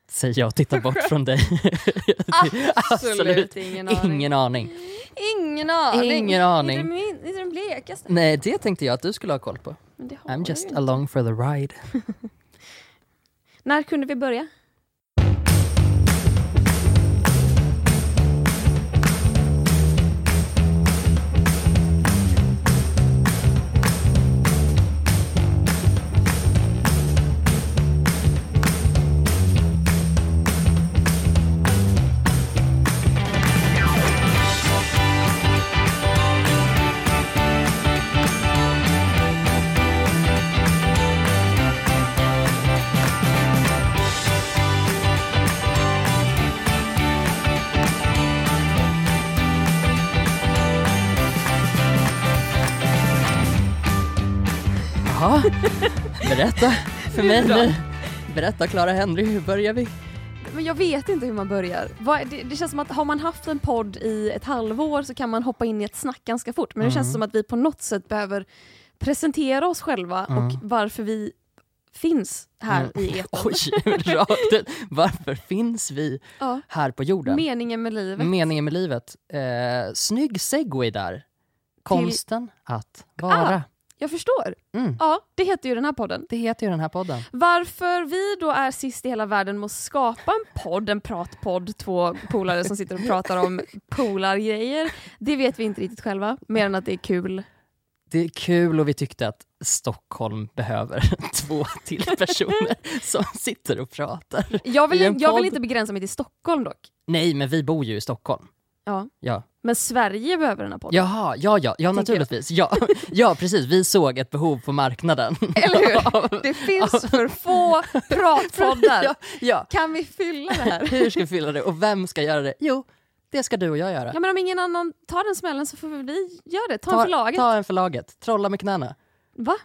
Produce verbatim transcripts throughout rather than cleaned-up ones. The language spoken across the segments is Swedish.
säger jag och tittar bort från dig. Absolut, Absolut ingen aning. Ingen aning. Ingen aning. Ingen aning. Inte min, inte den blekaste. Nej, det tänkte jag att du skulle ha koll på. Men det har I'm jag just ju inte. along for the ride. När kunde vi börja? Jaha, berätta för mig nu. Berätta Clara Henry, hur börjar vi? Men jag vet inte hur man börjar. Vad- Det, det känns som att har man haft en podd i ett halvår så kan man hoppa in i ett snack ganska fort. Men det Mm. känns som att vi på något sätt behöver presentera oss själva Mm. och varför vi finns här Mm. i etern. Oj, rakt ut. Varför finns vi Ja. här på jorden? Meningen med livet. Meningen med livet. Eh, snygg segway där. Konsten att vara. Ah. Jag förstår. Mm. Ja, det heter ju den här podden. Det heter ju den här podden. Varför vi då är sist i hela världen med att skapa en podd, en pratpodd, två polare som sitter och pratar om polargrejer, det vet vi inte riktigt själva, mer än att det är kul. Det är kul och vi tyckte att Stockholm behöver två till personer som sitter och pratar. Jag vill, I en jag vill podd. inte begränsa mig till Stockholm dock. Nej, men vi bor ju i Stockholm. Ja. Ja. Men Sverige behöver den här podden. Jaha, ja, ja, ja naturligtvis. Ja, ja, precis. Vi såg ett behov på marknaden. Eller hur? Det finns för få pratpoddar. Ja, ja. Kan vi fylla det här? Hur ska vi fylla det? Och vem ska göra det? Jo, det ska du och jag göra. Ja, men om ingen annan tar den smällen så får vi göra det. Ta, en ta, för laget. ta en för laget. Trolla med knäna. Va?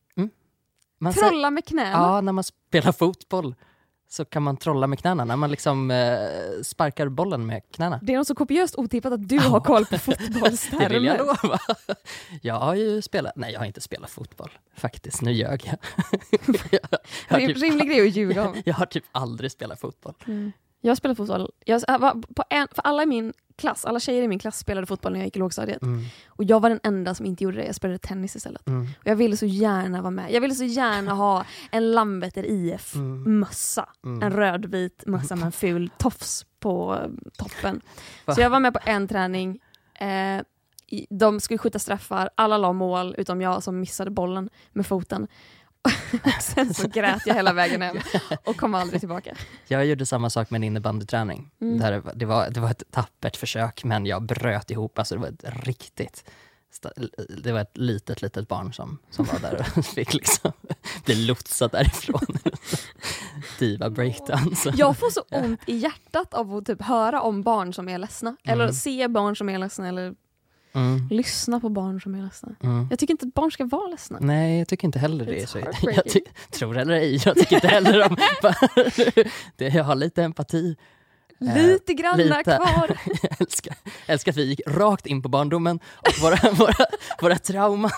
Man säger- Trolla med knäna? Ja, när man spelar fotboll så kan man trolla med knäna. När man liksom eh, sparkar bollen med knäna. Det är nog så kopiöst otippat att du har koll på fotbollstermer. Det vill jag lova. Jag har ju spelat... Nej, jag har inte spelat fotboll. Faktiskt, nu ljög jag. jag, har Rim, typ, rimlig grej att ljuga om. jag har typ aldrig spelat fotboll. Mm. Jag spelade fotboll. Jag var på en, för alla i min klass, alla tjejer i min klass spelade fotboll när jag gick i lågstadiet. Mm. Och jag var den enda som inte gjorde det. Jag spelade tennis istället. Mm. Och jag ville så gärna vara med. Jag ville så gärna ha en Landvetter I F-mössa. Mm. En rödvit mössa med en ful tofs på eh, toppen. Va? Så jag var med på en träning. Eh, i- de skulle skjuta straffar. Alla la mål utom jag som missade bollen med foten. Och sen så grät jag hela vägen hem och kom aldrig tillbaka. Jag gjorde samma sak med en innebandyträning. Mm. Där det, var, det var ett tappert försök, men jag bröt ihop. Alltså det var ett riktigt... sta- Det var ett litet, litet barn som, som var där och fick liksom bli lotsad därifrån. Diva breakdance. Jag får så ont i hjärtat av att typ höra om barn som är ledsna. Eller Mm. se barn som är ledsna. Eller Mm. lyssna på barn som är ledsna. Mm. Jag tycker inte att barn ska vara ledsna. Nej, jag tycker inte heller det är It's så. heartbreaking. Jag ty- tror eller ej, jag tycker inte heller om... det, jag har lite empati. Lite grann lite. kvar. Jag älskar, jag älskar att vi gick rakt in på barndomen och våra, våra, våra trauman.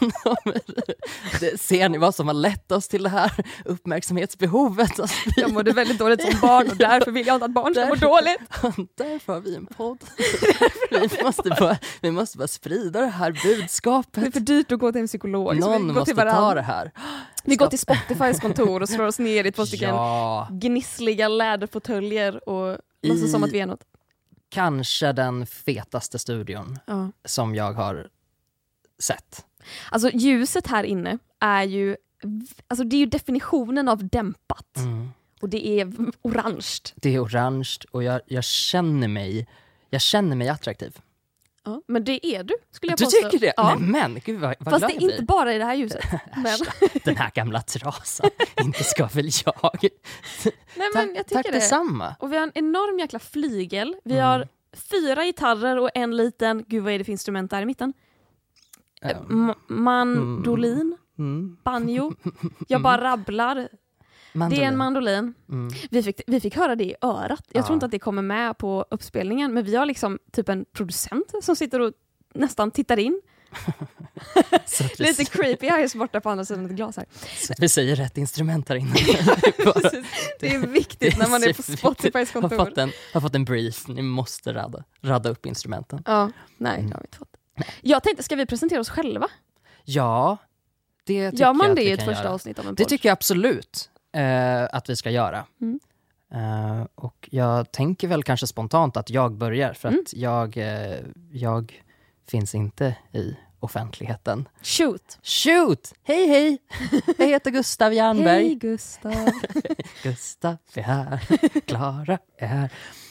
Det, ser ni vad som har lett oss till det här uppmärksamhetsbehovet? Alltså, vi, Jag mådde väldigt dåligt som barn och därför vill jag inte att barn ska må Därför- dåligt. därför har vi en podd. vi, måste bara, vi måste bara sprida det här Det är budskapet. för dyrt att gå till en psykolog. så vi Någon går måste till varandra. ta det här. Vi går till Spotifys kontor och slår oss ner i två stycken Ja, gnissliga läderfåtöljer och låtsas I- som att vi är något. kanske den fetaste studion Ja. som jag har sett. Alltså ljuset här inne är ju, alltså det är ju definitionen av dämpat. Mm. Och det är orange. Det är orange och jag, jag känner mig jag känner mig attraktiv. Ja, men det är du, skulle jag Du påstå. tycker det? Ja. Nej, men gud vad, vad Fast glad det är jag inte blir. bara i det här ljuset. men, Den här gamla trasan. Inte ska väl jag. nej, Tack, men jag tack tycker det. detsamma. Och vi har en enorm jäkla flygel. Vi Mm. har fyra gitarrer och en liten, gud vad är det för instrument där i mitten? Ja. M- mandolin, Mm. banjo. Jag bara rabblar. Det är Mandolin. en mandolin. Mm. Vi fick, vi fick höra det i örat. Jag Ja. tror inte att det kommer med på uppspelningen, men vi har liksom typ en producent som sitter och nästan tittar in. Så att vi, Lite creepy, jag är så borta på andra sidan ett glas här. så att vi säger rätt instrument här inne. Det är viktigt när man är på Spotifys har kontor. fått, en, har fått en brief, ni måste radda, radda upp instrumenten. Ja, nej, det har vi inte fått. Jag tänkte, ska vi presentera oss själva? Ja, det tycker Gör man jag att det vi i ett kan första göra. avsnitt av en podd? Det tycker jag absolut eh, att vi ska göra. Mm. Eh, och jag tänker väl kanske spontant att jag börjar, för Mm. att jag, eh, jag finns inte i offentligheten. Shoot! Shoot! Hej hej! Jag heter Gustav Jernberg. Hej Gustav. Gustav är här, Klara är här.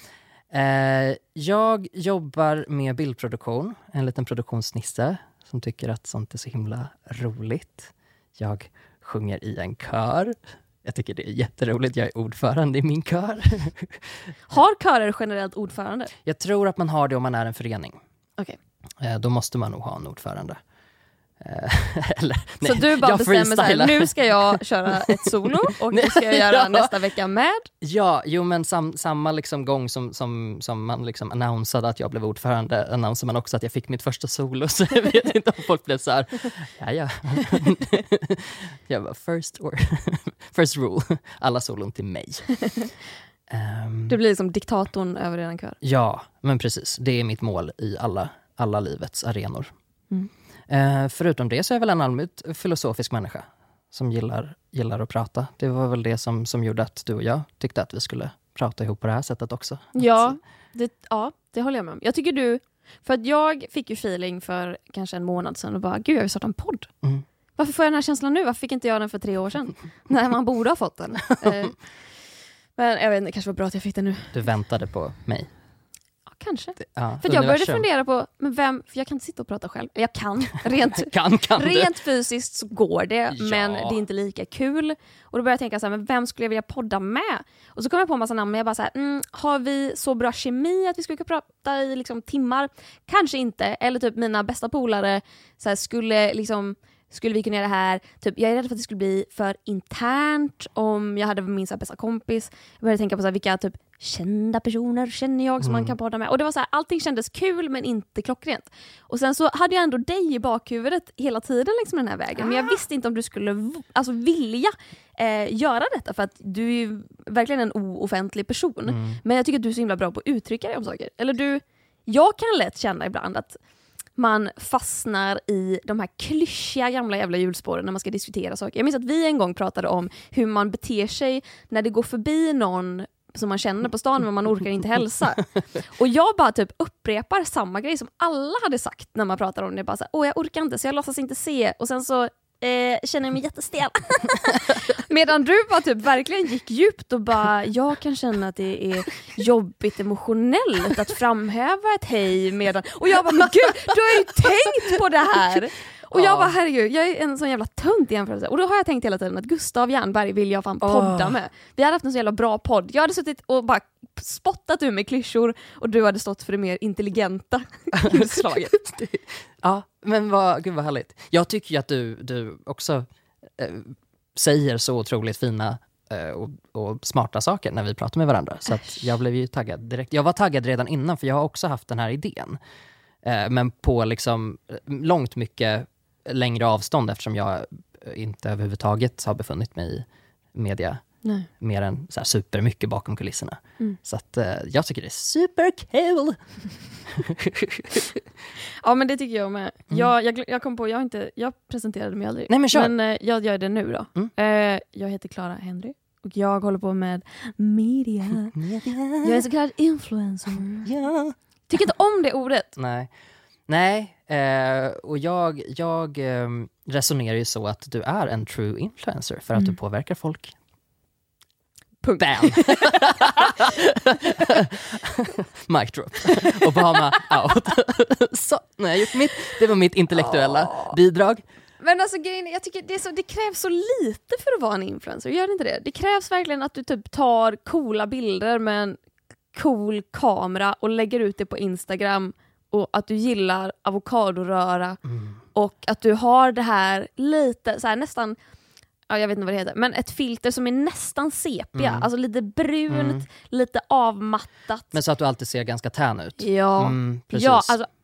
Eh, jag jobbar med bildproduktion, en liten produktionsnisse som tycker att sånt är så himla roligt. Jag sjunger i en kör. Jag tycker det är jätteroligt, jag är ordförande i min kör. Har körer generellt ordförande? Jag tror att man har det om man är en förening. Okej. Eh, då måste man nog ha en ordförande. Eh, eller, Så nej, du bara jag bestämmer så här, freestylar. nu ska jag köra ett solo och det ska jag göra Ja. nästa vecka med. Ja, jo men sam, samma liksom gång som, som, som man liksom annonsade att jag blev ordförande, annonsade man också att jag fick mitt första solo, så jag vet inte om folk blev så här, ja ja. Jag var first, or, first rule, alla solon till mig. Um, Du blir liksom diktatorn över eran kör. ja, men precis, det är mitt mål i alla, alla livets arenor. Mm. Uh, förutom det så är jag väl en allmänt filosofisk människa som gillar, gillar att prata. Det var väl det som, som gjorde att du och jag tyckte att vi skulle prata ihop på det här sättet också. Ja, det, ja, det håller jag med om. Jag tycker du, för att jag fick ju feeling för kanske en månad sedan och bara, gud jag vill starta en podd. Mm. Varför får jag den här känslan nu? Varför fick inte jag den för tre år sedan? När man borde ha fått den. Eh, men jag vet inte, det kanske var bra att jag fick den nu. Du väntade på mig. Ja, kanske. Ja, För jag började universum. fundera på, men vem, för jag kan inte sitta och prata själv. Jag kan, rent, Kan, kan du? rent fysiskt så går det, Ja. men det är inte lika kul. Och då började jag tänka så här, men vem skulle jag vilja podda med? Och så kom jag på en massa namn, men jag bara så här, mm, har vi så bra kemi att vi skulle kunna prata i liksom timmar? Kanske inte, eller typ mina bästa polare så här, skulle liksom skulle vi kunna göra det här, typ, jag är rädd för att det skulle bli för internt om jag hade min så här, bästa kompis. Jag började tänka på så här, vilka typ kända personer känner jag som Mm. man kan podda med. Och det var så här, allting kändes kul men inte klockrent. Och sen så hade jag ändå dig i bakhuvudet hela tiden längs med den här vägen. Men jag visste inte om du skulle v- alltså, vilja eh, göra detta, för att du är ju verkligen en ooffentlig person. Mm. Men jag tycker att du är så himla bra på att uttrycka dig om saker. Eller du, jag kan lätt känna ibland att man fastnar i de här klyschiga gamla jävla hjulspåren när man ska diskutera saker. Jag minns att vi en gång pratade om hur man beter sig när det går förbi någon som man känner på stan men man orkar inte hälsa. Och jag bara typ upprepar samma grej som alla hade sagt när man pratar om det. Bara så här, åh jag orkar inte så jag låtsas inte se. Och sen så eh, känner jag mig jättestel. Medan du bara typ verkligen gick djupt och bara, jag kan känna att det är jobbigt emotionellt att framhäva ett hej medan, och jag bara, men gud, du har ju tänkt på det här. Och jag bara, herregud, jag är en sån jävla tunt jämförelse. Och då har jag tänkt hela tiden att Gustav Jernberg vill jag fan podda Oh. med. Vi hade haft en så jävla bra podd. Jag hade suttit och bara spottat ur med klyschor och du hade stått för det mer intelligenta inslaget. Ja, men vad, gud vad härligt. Jag tycker ju att du, du också eh, säger så otroligt fina eh, och, och smarta saker när vi pratar med varandra. Så att jag blev ju taggad direkt. Jag var taggad redan innan, för jag har också haft den här idén. Eh, men på liksom långt mycket längre avstånd, eftersom jag inte överhuvudtaget har befunnit mig i media. Nej. Mer än så här super mycket bakom kulisserna. Mm. Så att eh, jag tycker det är superkul. Ja, men det tycker jag med. Mm. Jag, jag, jag kom på, jag, har inte, jag presenterade mig aldrig. Nej, men kör. Men eh, jag gör det nu då. Mm. Eh, jag heter Clara Henry och jag håller på med media. Jag är så kallad influencer. Ja. Tycker inte om det ordet. Nej, Nej eh, och jag, jag eh, resonerar ju så att du är en true influencer för att Mm. du påverkar folk. Punkt. Bam! Mic drop. Obama out. Så, nej, gjort mitt, det var mitt intellektuella Oh. bidrag. Men alltså grejen, är- jag tycker det, är så, det krävs så lite för att vara en influencer. Gör det inte det? Det krävs verkligen att du typ tar coola bilder med en cool kamera och lägger ut det på Instagram, och att du gillar avokadoröra Mm. och att du har det här lite så här nästan, ja, jag vet inte vad det heter, men ett filter som är nästan sepia, Mm. alltså lite brunt, Mm. lite avmattat. Men så att du alltid ser ganska tän ut. Ja, Mm, precis. ja, alltså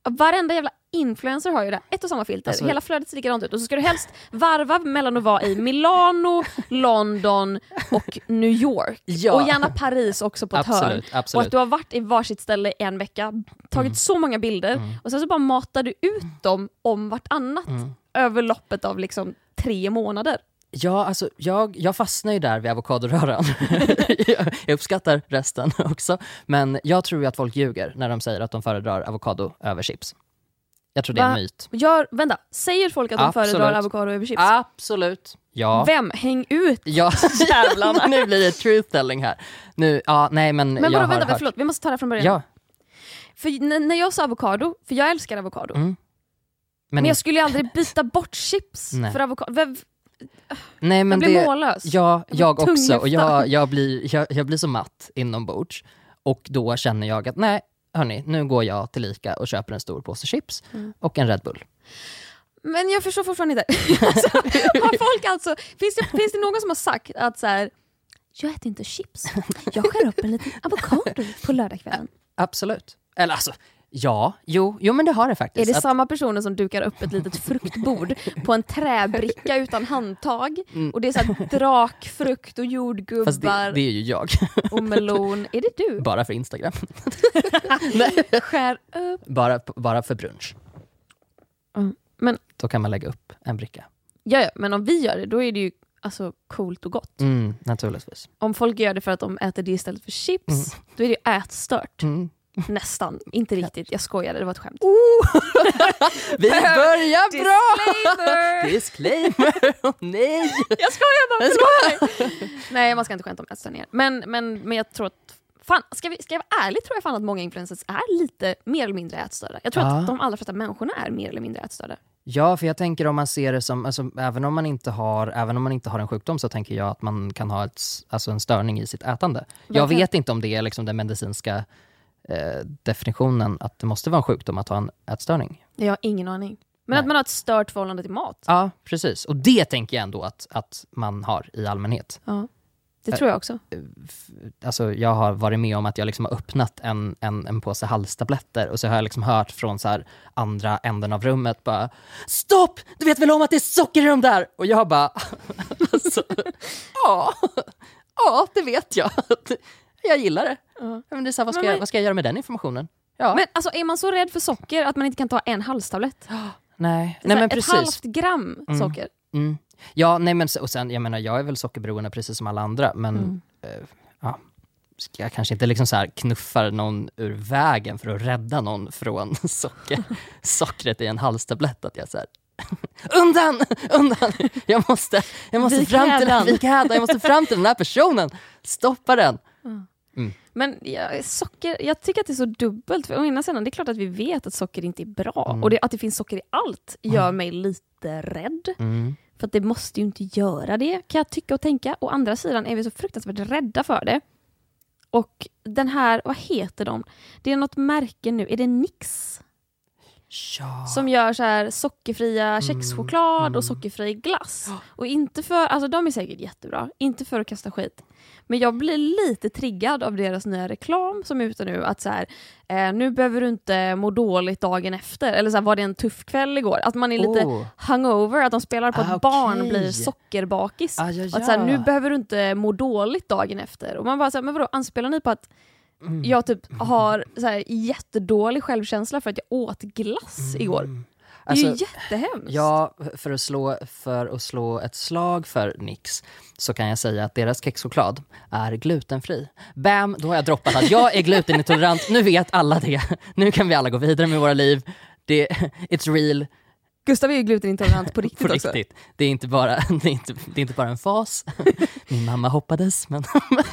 Varenda jävla influencer har ju det. Ett och samma filter. Alltså, hela flödet ser likadant ut. Och så ska du helst varva mellan att vara i Milano, London och New York. Ja. Och gärna Paris också på ett absolut, hörn. absolut. Och att du har varit i varsitt ställe en vecka, tagit Mm. så många bilder Mm. och sen så bara matar du ut dem om vartannat Mm. över loppet av liksom tre månader. Ja, alltså jag, jag fastnar ju där vid avokadoröran. Jag uppskattar resten också. Men jag tror ju att folk ljuger när de säger att de föredrar avokado över chips. Jag tror det är en Va? myt. Gör, vänta, säger folk att de Absolut. föredrar avokado över chips? Absolut. Ja. Vem? Häng ut! Ja, jävlarna. Nu blir det truth telling här. Nu, ja, nej men, Men jag vadå, har vänta, hört. förlåt, vi måste ta det från början. Ja. För n- när jag sa avokado, för jag älskar avokado. Mm. Men, men jag skulle ju aldrig byta bort chips Nej. för avokado. Vem- nej, men jag blir det, mållös. Ja, jag blir också. Och tunglyftad. jag, jag, blir, jag, jag blir så matt inombords. Och då känner jag att nej, hörni, nu går jag till Ica och köper en stor påse chips Mm. och en Red Bull. Men jag förstår fortfarande inte. Alltså, har folk alltså, finns, det, finns det någon som har sagt att så här, jag äter inte chips, jag skär upp en liten avokado på lördagskvällen? Absolut. Eller alltså, ja, jo, jo men det har det Är faktiskt. det Att- samma personer som dukar upp ett litet fruktbord på en träbricka utan handtag? Mm. Och det är så här drakfrukt och jordgubbar Fast det, det är ju jag. och melon. Är det du? Bara för Instagram. Skär upp. Bara, bara för brunch. Mm. Men, Då kan man lägga upp en bricka. ja, ja, men om vi gör det, då är det ju alltså coolt och gott. Mm, naturligtvis. Om folk gör det för att de äter det istället för chips, Mm. då är det ju ätstört. Mm. Nästan. Inte riktigt. Jag skojade, det var ett skämt. Vi börjar bra! Disclaimer! Disclaimer! Oh, nej! Jag skojar bara, Jag förlåt mig. Nej, man ska inte skämta om ätstörningar. Men, men, men jag tror att fan, ska, vi, ska jag vara ärlig tror jag fan att många influencers är lite mer eller mindre ätstörda. Jag tror Ja. att de allra flesta människorna är mer eller mindre ätstörda. Ja, för jag tänker om man ser det som, alltså, även om man inte har, även om man inte har en sjukdom så tänker jag att man kan ha ett, alltså en störning i sitt ätande. Jag Verkligen. vet inte om det är liksom den medicinska eh, definitionen att det måste vara en sjukdom att ha en ätstörning. Jag har ingen aning. Men Nej. att man har ett stört förhållande till mat. Ja, precis. Och det tänker jag ändå att, att man har i allmänhet. Ja, det tror jag också. Alltså, jag har varit med om att jag liksom har öppnat en, en, en påse halstabletter och så har jag liksom hört från så här andra änden av rummet bara stopp! Du vet väl om att det är socker i de där? Och jag bara alltså, ja, ja, det vet jag. Jag gillar det. Ja. Men det är så här, vad, ska Men- jag, vad ska jag göra med den informationen? Ja, Men alltså, är man så rädd för socker att man inte kan ta en halstablett? nej, Det är nej så här, men ett precis. halvt gram Mm. socker. Mm. Ja, nej men och sen, jag menar, jag är väl sockerberoende precis som alla andra, men Mm. eh, ja, ska jag kanske inte liksom så här knuffar någon ur vägen för att rädda någon från socker, sockret i en halstablett, att jag så här undan, undan, jag måste, jag måste Vik fram till hädan. den, vik hädan, jag måste fram till den här personen, stoppa den. Men ja, socker, jag tycker att det är så dubbelt. För å ena sidan, det är klart att vi vet att socker inte är bra. Mm. Och det, att det finns socker i allt gör mig lite rädd. Mm. För att det måste ju inte göra det, kan jag tycka och tänka. Å andra sidan är vi så fruktansvärt rädda för det. Och den här, vad heter de? Det är något märke nu, är det Nix? Ja. Som gör så här sockerfria kexchoklad mm. och sockerfri glass. Och inte för, alltså de är säkert jättebra, inte för att kasta skit. Men jag blir lite triggad av deras nya reklam som är ute nu. Att så här, eh, nu behöver du inte må dåligt dagen efter. Eller så här, var det en tuff kväll igår? Att man är lite Oh. hungover, att de spelar på Ah, att okej. barn blir sockerbakis. Ah, ja, ja. Att så här, nu behöver du inte må dåligt dagen efter. Och man bara så här, men vadå, anspelar ni på att Mm. jag typ har så här, jättedålig självkänsla för att jag åt glass igår? Mm. Det är ju Alltså, jättehemskt. ja, för att, slå, för att slå ett slag för Nix så kan jag säga att deras kexchoklad är glutenfri. Bam, då har jag droppat att jag är glutenintolerant. Nu vet alla det. Nu kan vi alla gå vidare med våra liv. Det, it's real. Gustav är ju glutenintolerant på riktigt På också. riktigt. Det är inte bara, det är inte, det är inte bara en fas. Min mamma hoppades, men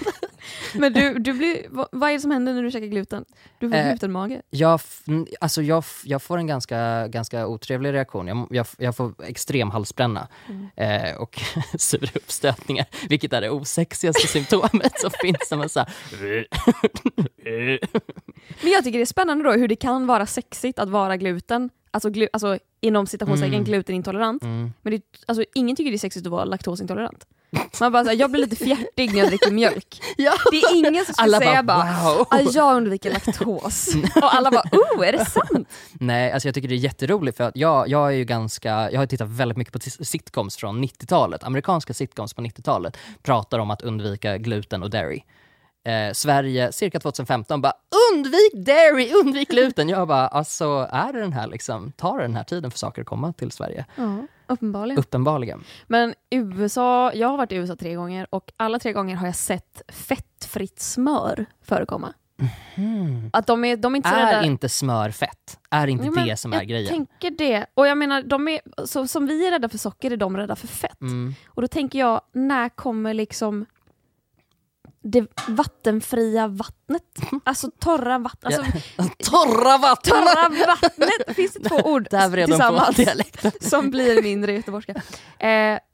Men du, du blir, vad, vad är det som händer när du käkar gluten? Du får Eh, glutenmage. jag, f- n- alltså jag, f- jag får en ganska, ganska otrevlig reaktion. Jag, jag, jag får extrem halsbränna Mm. eh, och sura uppstötningar, vilket är det osexigaste symptomet som finns. Som är så här, Men jag tycker det är spännande då hur det kan vara sexigt att vara gluten. Alltså, glu, alltså inom citationstecken Mm. glutenintolerant. mm. Men det, alltså, ingen tycker det är sexigt att vara laktosintolerant. Man bara så här, jag blir lite fjärtig när jag dricker mjölk. Ja. Det är ingen som skulle Alla säga bara, bara, wow. ah, jag undviker laktos. Och alla bara, oh, är det sant? Nej, alltså jag tycker det är jätteroligt för att jag, jag är ju ganska, jag har tittat väldigt mycket på t- sitcoms från nittiotalet. Amerikanska sitcoms på nittiotalet pratar om att undvika gluten och dairy. Eh, Sverige cirka tjugohundrafemton bara undvik dairy, undvik gluten. Jag bara, alltså är det den här liksom, tar det den här tiden för saker att komma till Sverige? Ja, uppenbarligen. Uppenbarligen. Men U S A, jag har varit i U S A tre gånger och alla tre gånger har jag sett fettfritt smör förekomma. Mm. Att de är, de är inte så Är rädda. inte smör fett? Är inte Ja, men det som är jag grejen? Jag tänker det. Och jag menar, de är, så, som vi är rädda för socker är de rädda för fett. Mm. Och då tänker jag, när kommer liksom det vattenfria vattnet? Alltså torra vatten. Alltså, Torra vatten! torra vattnet! Finns det två ord Där vred de på tillsammans dialekten. som blir mindre göteborgska? Eh,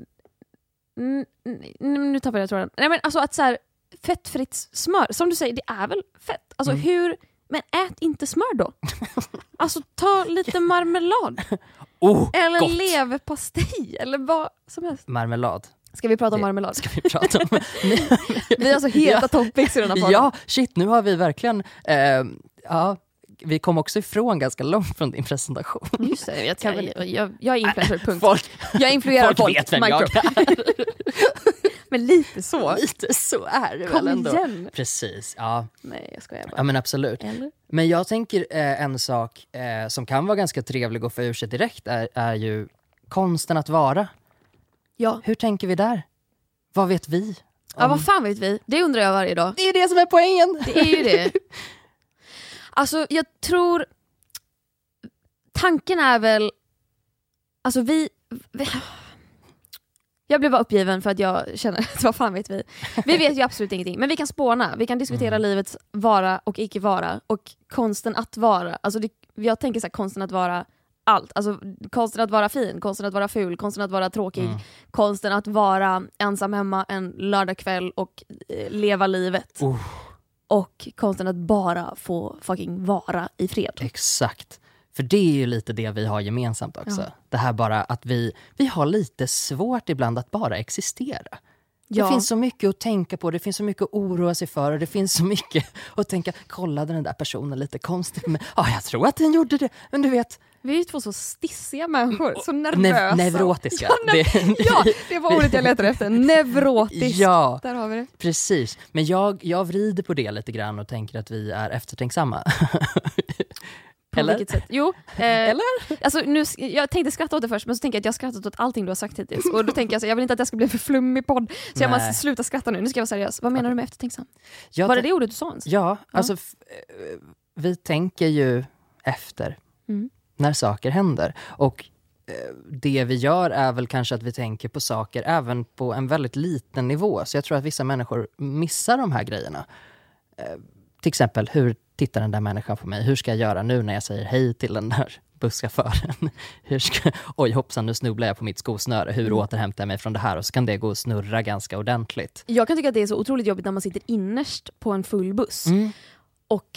n- n- nu tappar jag tråden. Nej, men alltså att så här, fettfritt smör, som du säger, det är väl fett? Alltså Mm. hur... Men ät inte smör då. Alltså ta lite marmelad. Oh, Eller gott. leverpastej. Eller vad som helst. Marmelad. Ska vi prata om Det- marmelad? Ska vi prata om? Vi har så heta Ja. topics i den här podden. Ja, shit, nu har vi verkligen... Eh, ja, vi kom också ifrån ganska långt från din presentation. Just det, jag, kan väl, jag, jag är influencer, punkt. Folk, Jag influerar folk folk. vet vem Micro. jag är. Men lite så. Lite så är det Kom väl ändå. igen. Precis, ja. Nej, jag skojar bara. Ja men absolut. Eller? Men jag tänker eh, en sak eh, som kan vara ganska trevlig att få ur sig direkt är, är ju konsten att vara. Ja. Hur tänker vi där? Vad vet vi? Ja, om- vad fan vet vi? Det undrar jag varje dag. Det är det som är poängen. Det är ju det. Alltså, jag tror... Tanken är väl... Alltså, vi... vi... Jag blev bara uppgiven för att jag känner att vad fan vet vi? Vi vet ju absolut ingenting, men vi kan spåna. Vi kan diskutera Mm. livets vara och icke vara. Och konsten att vara. Alltså, det, jag tänker så här, konsten att vara allt. Alltså, konsten att vara fin, konsten att vara ful, konsten att vara tråkig. Mm. Konsten att vara ensam hemma en lördagkväll och eh, leva livet. Oh. Och konsten att bara få fucking vara i fred. Exakt. För det är ju lite det vi har gemensamt också. Ja. Det här bara att vi, vi har lite svårt ibland att bara existera. Ja. Det finns så mycket att tänka på, det finns så mycket att oroa sig för och det finns så mycket att tänka, kollade den där personen lite konstigt med. Ja, jag tror att den gjorde det, men du vet. Vi är ju två så stissiga människor, så Ne- nervösa. neurotiska. Ja, ne- Det- ja, det var ordet jag letade efter. Neurotisk. Ja, Där har vi det. precis. Men jag, jag vrider på det lite grann och tänker att vi är eftertänksamma. På Eller? vilket sätt? Jo, eh, Eller? Alltså, nu, jag tänkte skratta åt det först, men så tänker jag att jag har skrattat åt allting du har sagt hittills. Och då tänker jag så, jag vill inte att det ska bli för flummig podd. Så jag Nej. måste sluta skratta nu. Nu ska jag vara seriös. Vad menar du med eftertänksam? Jag Var det tän- det ordet du sa ens? Ja, alltså f- eh, vi tänker ju efter Mm. när saker händer. Och eh, det vi gör är väl kanske att vi tänker på saker även på en väldigt liten nivå. Så jag tror att vissa människor missar de här grejerna. Eh, till exempel, hur tittar den där människan på mig? Hur ska jag göra nu när jag säger hej till den där busschauffören? Hur ska, oj hoppsan, nu snubblar jag på mitt skosnöre. Hur Mm. återhämtar jag mig från det här? Och så kan det gå och snurra ganska ordentligt. Jag kan tycka att det är så otroligt jobbigt när man sitter innerst på en full buss Mm. och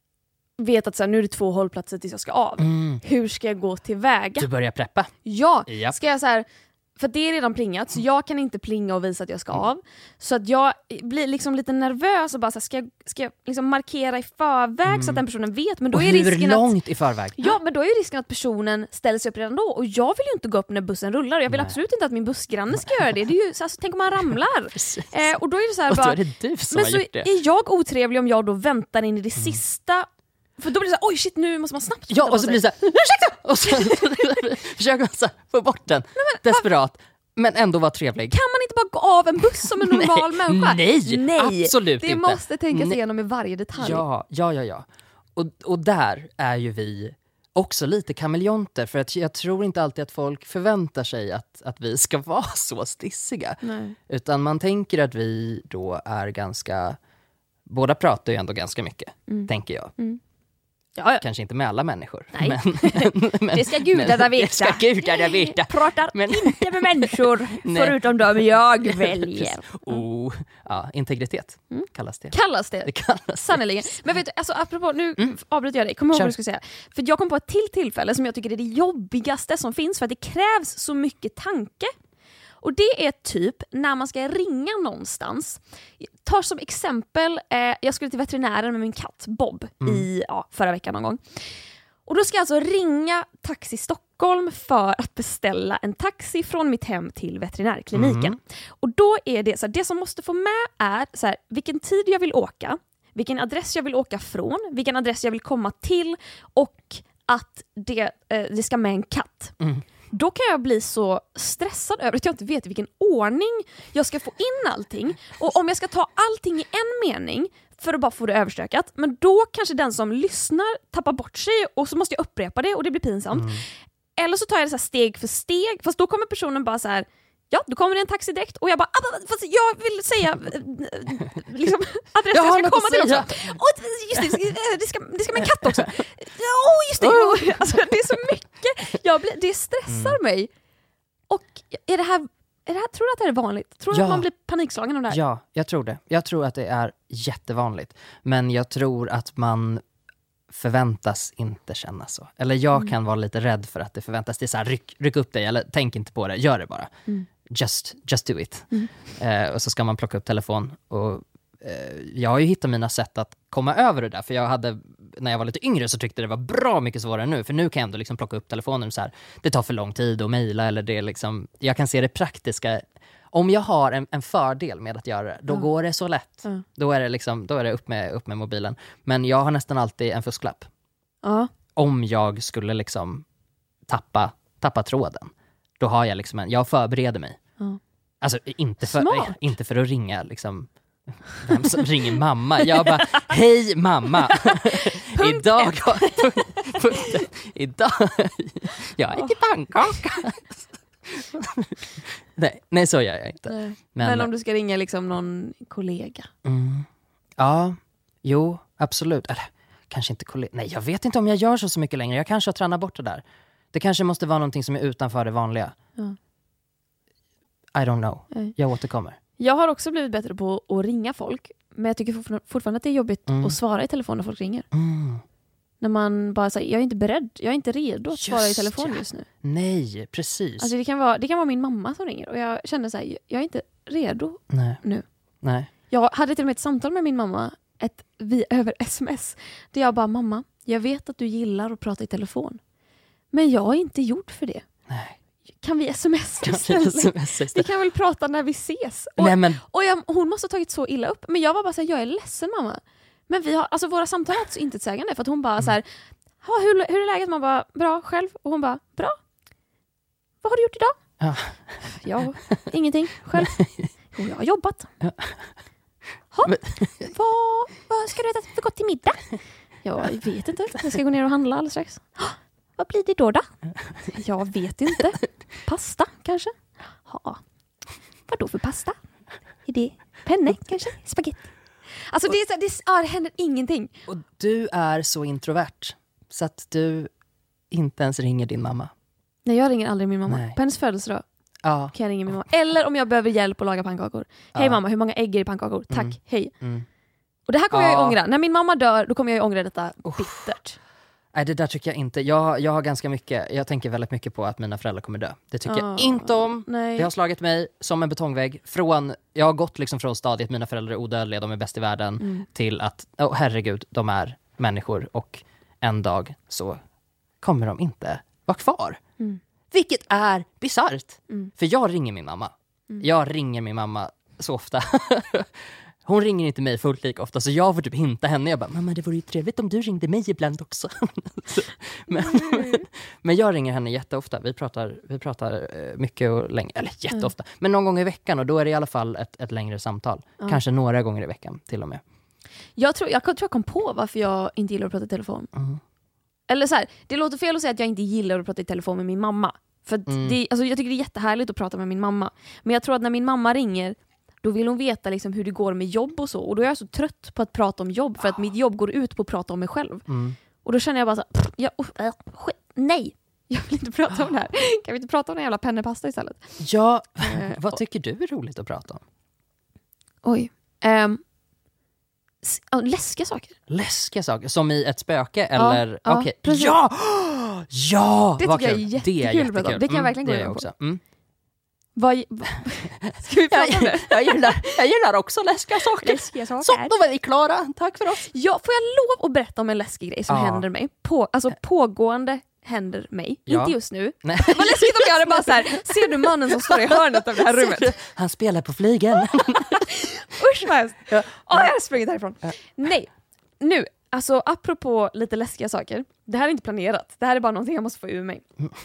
vet att så här, nu är det två hållplatser tills jag ska av. Mm. Hur ska jag gå tillväga? Du börjar preppa. Ja, Japp. ska jag så här, för det är redan plingat så jag kan inte plinga och visa att jag ska av. Så att jag blir liksom lite nervös och bara så här, ska jag, ska jag liksom markera i förväg så att den personen vet. Men då Och är hur risken att, långt i förväg? ja, men då är risken att personen ställer sig upp redan då. Och jag vill ju inte gå upp när bussen rullar. Och jag vill Nej. absolut inte att min bussgranne ska göra det. Det är ju, så, alltså, tänk om man ramlar. Precis. Eh, och då är det så här Och då bara, är det du som men har så gjort det. är jag otrevlig om jag då väntar in i det sista. För då blir det så här, oj shit, nu måste man snabbt Ja, flytta på och så sig. blir det så här, ursäkta! Och så försöker man så här, få bort den, desperat, men ändå vara trevlig. Kan man inte bara gå av en buss som en normal Nej, människa? nej, nej, absolut det inte. måste tänkas Nej. igenom i varje detalj. Ja, ja, ja, ja. Och, och där är ju vi också lite kameleonter, för att jag tror inte alltid att folk förväntar sig att, att vi ska vara så stissiga. Nej. Utan man tänker att vi då är ganska, båda pratar ju ändå ganska mycket, Mm. tänker jag. Ja, ja. Kanske inte med alla människor. Nej. Men, men, Det ska gudarna men- veta. Det ska gudarna veta. Pratar Men- inte med människor Nej. förutom de jag väljer. Oh, ja, integritet Mm. kallas det. Kallas det? Det kallas Sannerligen. Men vet du, alltså, apropå, nu Mm. avbryter jag dig. Kom ihåg Kör. vad du skulle säga. För jag kom på ett till tillfälle som jag tycker är det jobbigaste som finns, för att det krävs så mycket tanke. Och det är typ när man ska ringa någonstans. Tar som exempel, eh, jag skulle till veterinären med min katt Bob mm. i ja, förra veckan någon gång. Och då ska jag alltså ringa Taxi Stockholm för att beställa en taxi från mitt hem till veterinärkliniken. Mm. Och då är det så här, det som måste få med är så här, vilken tid jag vill åka, vilken adress jag vill åka från, vilken adress jag vill komma till och att det, eh, det ska med en katt. Mm. Då kan jag bli så stressad över att jag inte vet i vilken ordning jag ska få in allting. Och om jag ska ta allting i en mening för att bara få det överstökat, men då kanske den som lyssnar tappar bort sig och så måste jag upprepa det och det blir pinsamt. Mm. Eller så tar jag det så här steg för steg, fast då kommer personen bara så här: ja, då kommer det en taxi direkt och jag bara, fast jag vill säga liksom, adressen jag ska komma till också. Och just det, det ska, det ska med en katt också. Oh, just det. Alltså, det är så mycket. Jag blir, det stressar mm. mig. Och är det här, är det här, tror du att det här är vanligt? Tror du ja. att man blir panikslagen av det här? Ja, jag tror det. Jag tror att det är jättevanligt. Men jag tror att man förväntas inte känna så. Eller jag mm. kan vara lite rädd för att det förväntas. Det är så här, ryck, ryck upp dig eller tänk inte på det, gör det bara. Mm. Just, just do it. Mm. Eh, och så ska man plocka upp telefon. Och eh, jag har ju hittat mina sätt att komma över det där. För jag hade, när jag var lite yngre så tyckte det var bra mycket svårare nu. För nu kan jag ändå liksom plocka upp telefonen så här. Det tar för lång tid att mejla eller det liksom, jag kan se det praktiska. Om jag har en, en fördel med att göra det, då mm. går det så lätt. Mm. Då är det liksom, då är det upp med, upp med mobilen. Men jag har nästan alltid en fusklapp. Mm. Om jag skulle liksom tappa, tappa tråden. Då har jag liksom en, jag förbereder mig. Mm. Alltså inte för, inte för att ringa liksom, vem som ringer mamma. Jag bara, hej mamma. Idag har idag jag äter pannkaka. nej, nej, så gör jag inte. Men, Men om du ska ringa liksom någon kollega. Mm. Ja, jo, absolut. Eller kanske inte kollega. Nej, jag vet inte om jag gör så, så mycket längre. Jag kanske har tränat bort det där. Det kanske måste vara någonting som är utanför det vanliga. Ja. I don't know. Nej. Jag återkommer. Jag har också blivit bättre på att ringa folk. Men jag tycker fortfarande att det är jobbigt mm. att svara i telefon när folk ringer. Mm. När man bara säger, jag är inte beredd, jag är inte redo att just svara i telefon ja. just nu. Nej, precis. Alltså det kan vara, det kan vara min mamma som ringer och jag känner så här, jag är inte redo Nej. nu. Nej. Jag hade till och med ett samtal med min mamma ett, vi, över sms. Där jag bara, mamma, jag vet att du gillar att prata i telefon. Men jag är inte gjord för det. Nej. Kan vi smsa istället? istället? Vi kan väl prata när vi ses. Och, Nej, men... och jag, hon måste ha tagit så illa upp. Men jag var bara så här, jag är ledsen mamma. Men vi har, alltså våra samtal är så intetsägande. För att hon bara mm. så här, hur, hur är läget? Man bara, bra själv. Och hon bara, bra. Vad har du gjort idag? Ja, ja ingenting. Själv. Jo, jag har jobbat. Ja. Ha, men... vad, vad ska du äta för gott till middag? Jag vet inte. Jag ska gå ner och handla alldeles strax. Vad blir det då då? Jag vet inte. Pasta kanske? Ja. Vad då för pasta? Är det penne kanske? Spaghetti? Alltså det, är så, det, är, ja, det händer ingenting. Och du är så introvert så att du inte ens ringer din mamma. Nej, jag ringer aldrig min mamma. Nej. På hennes födelsedag ja. kan jag ringa min mamma. Eller om jag behöver hjälp att laga pannkakor. Ja. Hej mamma, hur många ägg är i pannkakor? Tack, mm. hej. Mm. Och det här kommer ja. jag ju ångra. När min mamma dör, då kommer jag ju ångra detta oh. bittert. Nej, det där tycker jag inte. Jag, jag har ganska mycket, jag tänker väldigt mycket på att mina föräldrar kommer dö. Det tycker oh, jag inte om. Nej. Det har slagit mig som en betongvägg. Från, jag har gått liksom från stadiet mina föräldrar är odödliga, de är bäst i världen, mm. till att, oh, herregud, de är människor och en dag så kommer de inte vara kvar. Mm. Vilket är bizarrt. Mm. För jag ringer min mamma. Mm. Jag ringer min mamma så ofta. Hon ringer inte mig fullt lika ofta, så jag får typ hinta henne. Jag bara, mamma, det vore ju trevligt om du ringde mig ibland också. så, men, mm. men jag ringer henne jätteofta. Vi pratar, vi pratar mycket och länge, eller jätteofta. Mm. Men någon gång i veckan, och då är det i alla fall ett, ett längre samtal. Mm. Kanske några gånger i veckan till och med. Jag tror jag, tror jag kom på varför jag inte gillar att prata i telefon. Mm. Eller så här, det låter fel att säga att jag inte gillar att prata i telefon med min mamma. För mm. det, alltså jag tycker det är jättehärligt att prata med min mamma. Men jag tror att när min mamma ringer, då vill hon veta liksom hur det går med jobb och så. Och då är jag så trött på att prata om jobb. För att mitt jobb går ut på att prata om mig själv. Mm. Och då känner jag bara så här, jag, uh, uh, nej, jag vill inte prata om det här. Kan vi inte prata om den jävla pennepasta istället? Ja, uh, vad tycker du är roligt att prata om? Oj. Um, s- uh, läskiga saker. Läskiga saker? Som i ett spöke? Eller? Ja, okay. ja, ja! Ja! Det tycker jag är jättekul. Det, är jättekul. Det kan jag verkligen mm, gå in på. Också. Mm. Vad, vad, ska vi prata om det? Jag gillar, jag gillar också läskiga saker. Läskiga saker. Så, då var vi klara. Tack för oss. Ja, får jag lov att berätta om en läskig grej som Ja. händer mig? På, alltså pågående händer mig. Ja. Inte just nu. Nej. Det var läskigt om jag hade bara så här, ser du mannen som står i hörnet av det här rummet? Han spelar på flygen. Usch vad hemskt. Ja. Åh, jag har sprungit härifrån. Ja. Nej, nu, alltså apropå lite läskiga saker. Det här är inte planerat. Det här är bara någonting jag måste få ur mig.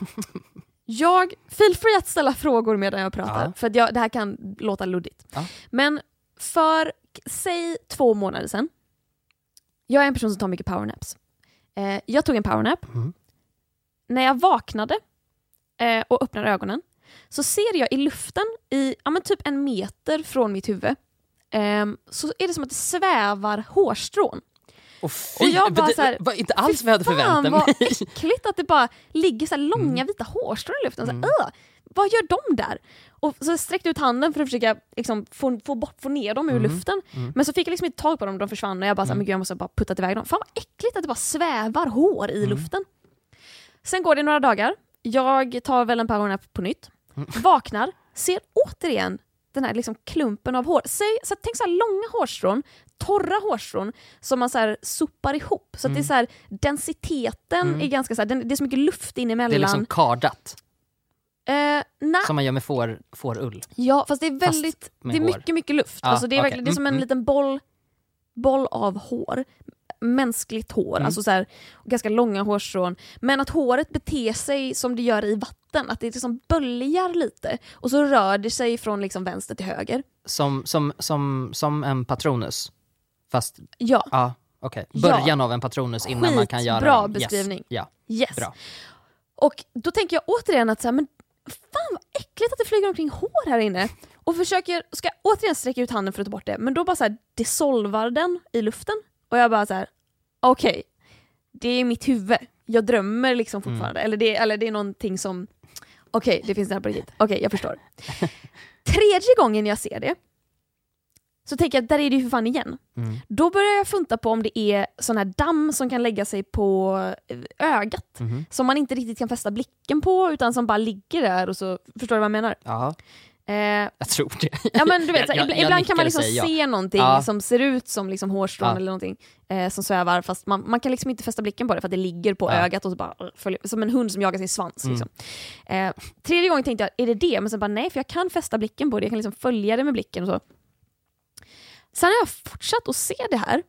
Jag, feel free att ställa frågor medan jag pratar. Ja. För att jag, det här kan låta luddigt. Ja. Men för, säg två månader sedan. Jag är en person som tar mycket powernaps. Eh, jag tog en powernap. Mm. När jag vaknade eh, och öppnade ögonen så ser jag i luften i ja, men typ en meter från mitt huvud eh, så är det som att det svävar hårstrån. Och, fy, Och jag bara det så här, var inte alls vad jag hade Fan förväntat vad mig. äckligt att det bara ligger så här långa Mm. vita hårstrån i luften. Så här, Mm. "Åh, vad gör de där?" Och så sträckte jag ut handen för att försöka liksom, få, få, bort, få ner dem ur Mm. luften. Mm. Men så fick jag liksom inte tag på dem, de försvann och jag bara så här, Mm. men gud, jag måste bara puttat iväg dem. Fan vad äckligt att det bara svävar hår i Mm. luften. Sen går det några dagar. Jag tar väl en powernap på nytt. Mm. Vaknar, ser återigen den här liksom klumpen av hår. Säg, så tänk så här långa hårstrån, torra hårstrån som man så här sopar ihop. Så att Mm. det är så här, densiteten Mm. är ganska så här, den, det är så mycket luft in emellan. Det är liksom kardat. Eh, nej. Som man gör med får, fårull. Ja, fast det är väldigt, med det är hår. mycket, mycket luft. Ja, alltså det är okej. verkligen, det är som en Mm, liten boll, boll av hår. Mänskligt hår, Mm. alltså så här, ganska långa hårstrån. Men att håret beter sig som det gör i vatten, att det liksom böljar lite. Och så rör det sig från liksom vänster till höger. Som, som, som, som en patronus. Fast, Ja, ja, okej. Ja. Början av en patronus innan man kan göra Skitbra den. Yes. beskrivning. Ja, yes. bra. Och då tänker jag återigen att så här, men fan vad äckligt att det flyger omkring hår här inne. Och försöker, ska återigen sträcka ut handen för att ta bort det. Men då bara så här, dissolvar den i luften. Och jag bara så här, okej, okay, det är mitt huvud. Jag drömmer liksom fortfarande. Mm. Eller, det, eller det är någonting som, okej, okay, det finns där på riktigt. Okej, okay, jag förstår. Tredje gången jag ser det så tänker jag att där är det ju för fan igen. Mm. Då börjar jag funta på om det är sån här damm som kan lägga sig på ögat. Mm. Som man inte riktigt kan fästa blicken på utan som bara ligger där och så, förstår du vad jag menar? Ja, Eh, jag tror det. ja men du vet, så, Jag- jag- ibland, jag ibland kan man nickar och liksom säger ja. se någonting Ja. som ser ut som liksom hårstrån Ja. eller någonting eh, som svävar fast man, man kan liksom inte fästa blicken på det för att det ligger på Ja. ögat och så bara uh, följer, som en hund som jagar sin svans. Mm. Liksom. Eh, tredje gången tänkte jag, är det det? Men sen bara nej, för jag kan fästa blicken på det, jag kan liksom följa det med blicken och så. Sen har jag fortsatt att se det här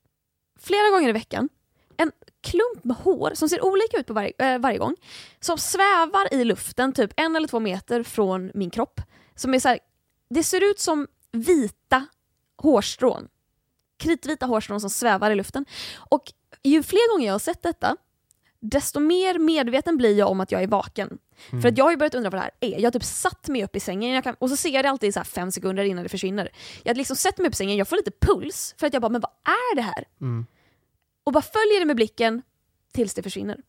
flera gånger i veckan. En klump med hår som ser olika ut på varje, äh, varje gång. Som svävar i luften typ en eller två meter från min kropp. Som är så här, det ser ut som vita hårstrån. Kritvita hårstrån som svävar i luften. Och ju fler gånger jag har sett detta, desto mer medveten blir jag om att jag är vaken. Mm. För att jag har ju börjat undra vad det här är. Jag har typ satt mig upp i sängen jag kan, och så ser jag det alltid i så här fem sekunder innan det försvinner. Jag har liksom sett mig upp i sängen, jag får lite puls för att jag bara, men vad är det här? Mm. Och bara följer det med blicken tills det försvinner.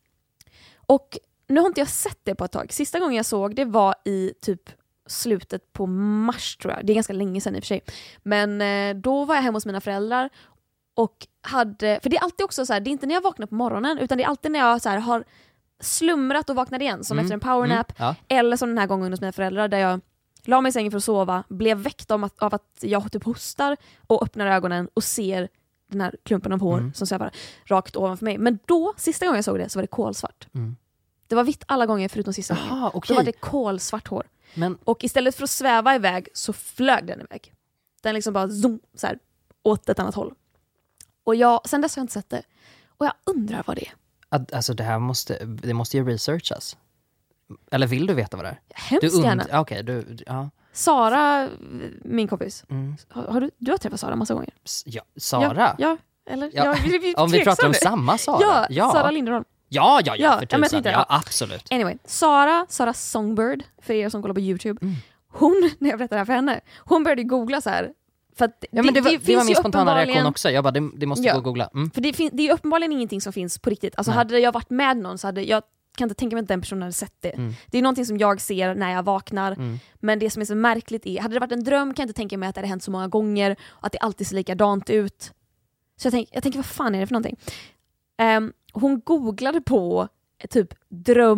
Och nu har inte jag sett det på ett tag. Sista gången jag såg det var i typ slutet på mars tror jag. Det är ganska länge sedan i och för sig. Men eh, då var jag hemma hos mina föräldrar och hade, för det är alltid också så här, det är inte när jag vaknar på morgonen utan det är alltid när jag så här, har slumrat och vaknar igen som Mm. efter en powernap Mm. Ja. eller som den här gången hos mina föräldrar där jag la mig i sängen för att sova, blev väckt av att, av att jag typ hostar och öppnar ögonen och ser den här klumpen av hår Mm. som svävar rakt ovanför mig. Men då, sista gången jag såg det så var det kolsvart. Mm. Det var vitt alla gånger förutom sista gången. Aha, Då okej. var det kolsvart hår. Men Och istället för att sväva iväg så flög den iväg. Den liksom bara zoom, så här, åt ett annat håll. Och jag, sen dess har jag inte sett det. Och jag undrar vad det är. att- alltså det här måste, det måste ju researchas. Eller vill du veta vad det är? Hemskt und- gärna. ja, Okej, du, ja. Sara, min kompis. Mm. Har, har du, du har träffat Sara massa gånger? S- ja. Sara? Ja, ja eller? Ja. Ja, vi, vi, Om vi pratar om tveksam. samma Sara? Ja, ja. Sara Linderholm. Ja, ja, ja, Ja, för ja, men jag tusan. tänkte- Ja, absolut. Anyway, Sara, Sara Songbird, för er som kollar på YouTube. Mm. Hon, när jag berättade det här för henne, hon började googla så här. För att Ja, men det, var, det, finns var min ju spontana reaktion uppenbarligen- också. Jag bara, det, det måste Ja. gå och googla. Mm. För det, fin- det är ju uppenbarligen ingenting som finns på riktigt. Alltså Nej. hade jag varit med någon så hade jag kan inte tänka mig att den personen hade sett det. Mm. Det är någonting som jag ser när jag vaknar. Mm. Men det som är så märkligt är, hade det varit en dröm kan jag inte tänka mig att det hade hänt så många gånger och att det alltid ser likadant ut. Så jag, tänk, jag tänker, vad fan är det för någonting? Ehm, hon googlade på eh, typ dröm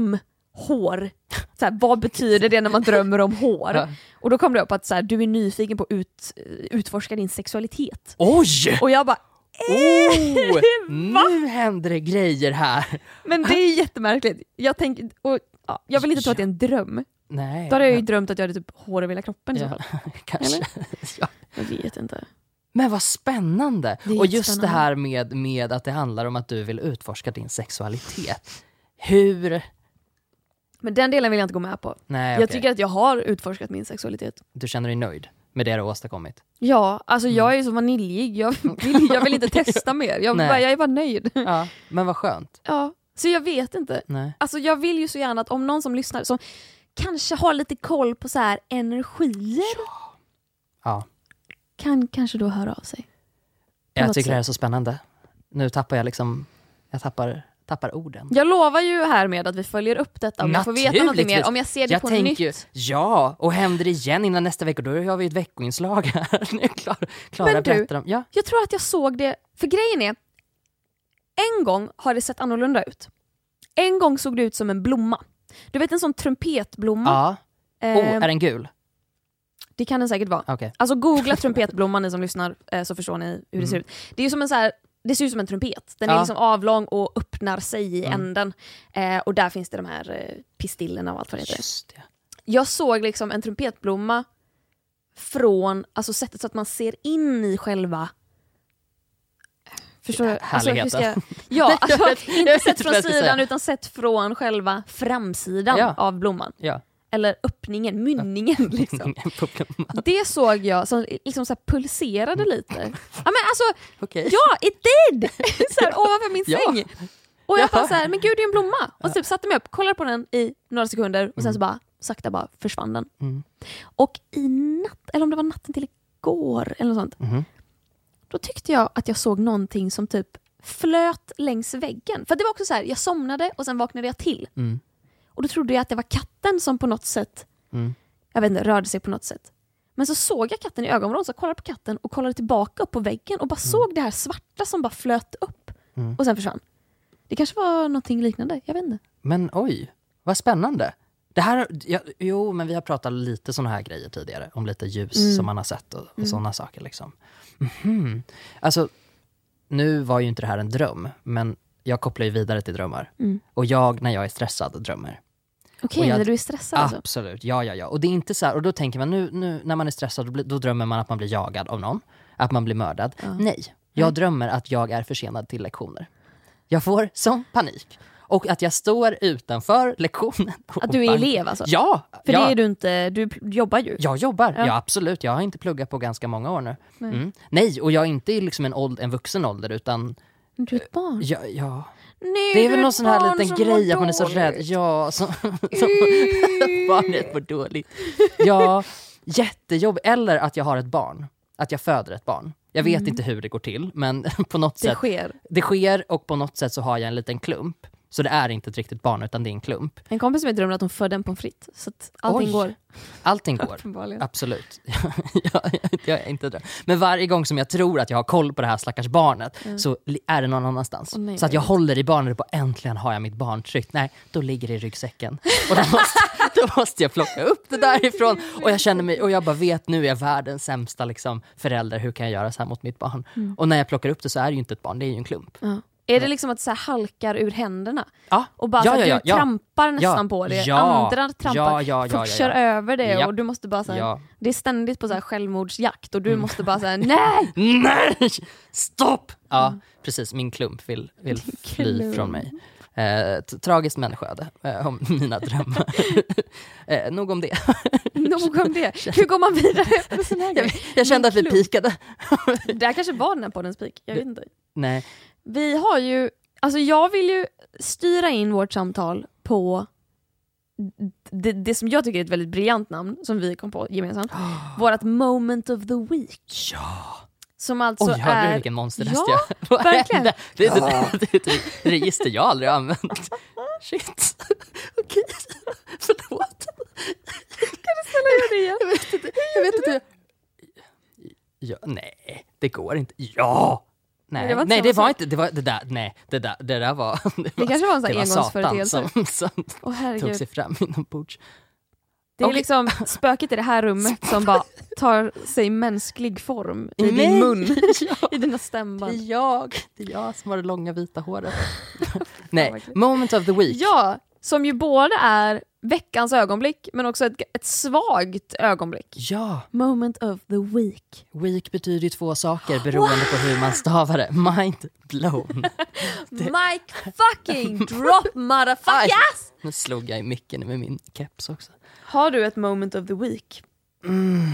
hår. Så här, vad betyder det när man drömmer om hår? Ja. Och då kom det upp att så här, du är nyfiken på att ut, utforska din sexualitet. Oj! Och jag bara, Oh, nu händer det grejer här. men det är jättemärkligt. Jag, tänk, och, ja, jag vill inte tro att det är en dröm. Nej. Då hade jag ju men- drömt att jag hade typ hår över hela kroppen i så Ja, fall. kanske. Ja. Jag vet inte. Men vad spännande. Det är Och just jättespännande. det här med, med att det handlar om att du vill utforska din sexualitet. Hur... Men den delen vill jag inte gå med på. Nej, Jag okej. tycker att jag har utforskat min sexualitet. Du känner dig nöjd med det du har åstadkommit? Ja, alltså Mm. jag är så vaniljig. Jag vill, jag vill inte testa mer. Jag, Nej. bara, jag är bara nöjd. Ja, men vad skönt. Ja, så jag vet inte. Nej. Alltså jag vill ju så gärna att om någon som lyssnar som kanske har lite koll på så här energier Ja. kan kanske då höra av sig. Jag något tycker det här är sätt. så spännande. Nu tappar jag liksom... Jag tappar, tappar orden. Jag lovar ju här med att vi följer upp detta om jag får veta något Naturligtvis. mer. Om jag ser det Jag på tänker nytt. ju, ja, och händer det igen innan nästa vecka, då har vi ett veckoinslag här. Nu Klara, Klara Men du- berättar om... Ja. Jag tror att jag såg det, för grejen är, en gång har det sett annorlunda ut. En gång såg det ut som en blomma. Du vet en sån trumpetblomma. Ja. Eh, Oh, är den gul? Det kan den säkert vara. Okej. Alltså googla trumpetblomman ni som lyssnar eh, så förstår ni hur det Mm. ser ut. Det är ju som en så här, det ser ut som en trumpet. Den Ja. är liksom avlång och öppnar sig i Mm. änden. Eh, och där finns det de här eh, pistillerna och allt vad det heter. Just det. Jag såg liksom en trumpetblomma från alltså sättet så att man ser in i själva... Förstår du? Alltså, hur ska jag... Ja, alltså, Jag vet- jag inte vet sett inte från vad jag ska sidan säga. utan sett från själva framsidan Ja. av blomman. Ja. Eller öppningen, mynningen liksom. På blomman. Det såg jag som liksom så här pulserade lite. Ja men alltså, Okej. ja, it did! Så här, ovanför min Ja. säng. Och jag Ja. bara så här, men gud det är en blomma. Och så typ satte mig upp, kollade på den i några sekunder och sen så bara sakta bara försvann den. Mm. Och i natt, eller om det var natten till igår eller något sånt, Mhm. då tyckte jag att jag såg någonting som typ flöt längs väggen. För det var också så här, jag somnade och sen vaknade jag till. Mm. Och då trodde jag att det var katten som på något sätt, Mm. jag vet inte, rörde sig på något sätt. Men så såg jag katten i ögonvrån, så jag kollade på katten och kollade tillbaka upp på väggen och bara såg det här svarta som bara flöt upp Mm. och sen försvann. Det kanske var någonting liknande, jag vet inte. Men oj, vad spännande. Det här, ja, jo, men vi har pratat lite såna här grejer tidigare. Om lite ljus Mm. som man har sett och, och Mm. sådana saker. Liksom. Mhm. Alltså, nu var ju inte det här en dröm, men jag kopplar ju vidare till drömmar. Mm. Och jag, när jag är stressad, drömmer. Okej, Och jag- när du är stressad alltså. Absolut, ja, ja, ja. Och det är inte så här, och då tänker man, nu, nu när man är stressad, då, blir- då drömmer man att man blir jagad av någon. Att man blir mördad. Ja. Nej, jag Nej. drömmer att jag är försenad till lektioner. Jag får sån panik. Och att jag står utanför lektionen. och Att du är bank- elev alltså? Ja, För ja. det är du inte, du pl- jobbar ju. Jag jobbar, Ja. ja. absolut. Jag har inte pluggat på ganska många år nu. Nej. Mm. Nej, och jag är inte i liksom en, åld, en vuxen ålder, utan Men du är ett barn. ja, ja. Nej, Det är du väl ett någon sån här barn liten som mår grej att man är så dåligt. rädd. Ja, som, som barnet mår dåligt. Ja, jättejobb. Eller att jag har ett barn. Att jag föder ett barn. Jag vet Mm. inte hur det går till, men på något Det sätt. sker. Det sker och på något sätt så har jag en liten klump. Så det är inte ett riktigt barn, utan det är en klump. En kompis med drömde att hon födde en pommes frites. Så att allting Oj. går. Allting går. Uppenbarligen. Absolut. jag, jag är inte dröm. Men varje gång som jag tror att jag har koll på det här stackars barnet Mm. så li- är det någon annanstans. Åh, nej, så att vad jag jobbigt. håller i barnet och bara äntligen har jag mitt barn tryggt. Nej, då ligger det i ryggsäcken. Och då måste, då måste jag plocka upp det därifrån. Och jag känner mig, och jag bara vet, nu är jag världens sämsta liksom, förälder. Hur kan jag göra så här mot mitt barn? Mm. Och när jag plockar upp det så är det ju inte ett barn, det är ju en klump. Ja. Är det liksom att det så här halkar ur händerna? Ja, Och bara ja, för att ja, du ja, trampar nästan ja, på det. ja, Andra trampar. ja, ja, ja, Folk ja, kör ja. över det Ja. och du måste bara så här, Ja. det är ständigt på så här självmordsjakt och du Mm. måste bara säga nej! Nej! Stopp! Ja, precis. Min klump vill, vill fly klump. från mig. Eh, t- tragiskt människoöde eh, om mina drömmar. eh, nog om det. Nog om det. Hur går man vidare efter sån här jag, grej? jag kände att vi klump. pikade. Det här kanske var den här poddens peak, jag vet inte. Nej. Vi har ju, alltså jag vill ju styra in vårt samtal på det, det som jag tycker är ett väldigt briljant namn som vi kom på gemensamt. Vårat moment of the week. Ja. Som alltså Oj, hörde du är... vilken monsterröst Ja, jag... Vad verkligen. hände? Det är, ett, det är ett register jag aldrig har använt. Shit. Okej. Förlåt. Kan du ställa göra det igen? Jag vet inte. Jag vet inte. Ja, nej, det går inte. Ja! Nej, det var inte nej det samma var sak. inte, det var det där, nej, det där, det där var, det, Det var, kanske var en sån det här var Satan engångsföreteelse. som, som Åh tog herregud. sig fram inombords. Det är Okej. liksom spöket i det här rummet som bara tar sig mänsklig form i Nej. din mun, Ja. i dina Det stämband. är jag, det är jag som har det långa vita håret. vad Nej, kul. moment of the week. Ja, som ju både är veckans ögonblick men också ett, ett svagt ögonblick. Ja, Moment of the week. week betyder ju två saker beroende på hur man stavar det. Mind blown. Mike fucking drop motherfuckers! Nu slog jag i micken med min keps också. Har du ett moment of the week? Mm.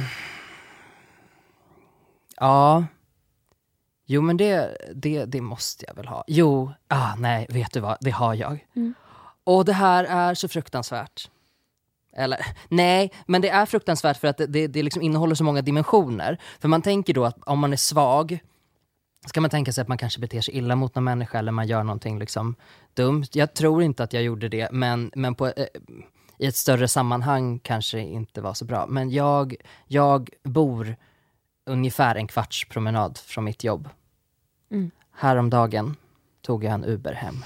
Ja. Jo, men det, det, det måste jag väl ha. Jo, ah, nej, vet du vad? Det har jag. Mm. Och det här är så fruktansvärt. Eller, nej, men det är fruktansvärt för att det, det, det liksom innehåller så många dimensioner. För man tänker då att om man är svag ska man tänka sig att man kanske beter sig illa mot någon människa eller man gör någonting liksom dumt. Jag tror inte att jag gjorde det, men, men på, eh, i ett större sammanhang kanske inte var så bra. Men jag, jag bor ungefär en kvarts promenad från mitt jobb. Mm. Häromdagen tog jag en Uber hem.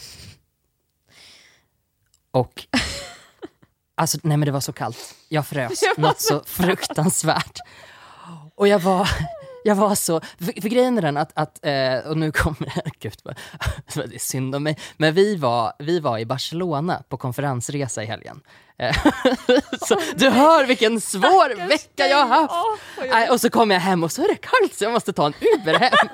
Och alltså, nej men det var så kallt. Jag frös något så fruktansvärt. Och jag var, jag var så, för, för grejen är den att, att eh, och nu kommer det, gud vad, det är synd om mig, men vi var, vi var i Barcelona på konferensresa i helgen. Eh, så du hör vilken svår vecka jag har haft. Oh, Nej, och så kom jag hem och så är det kallt så jag måste ta en Uber hem.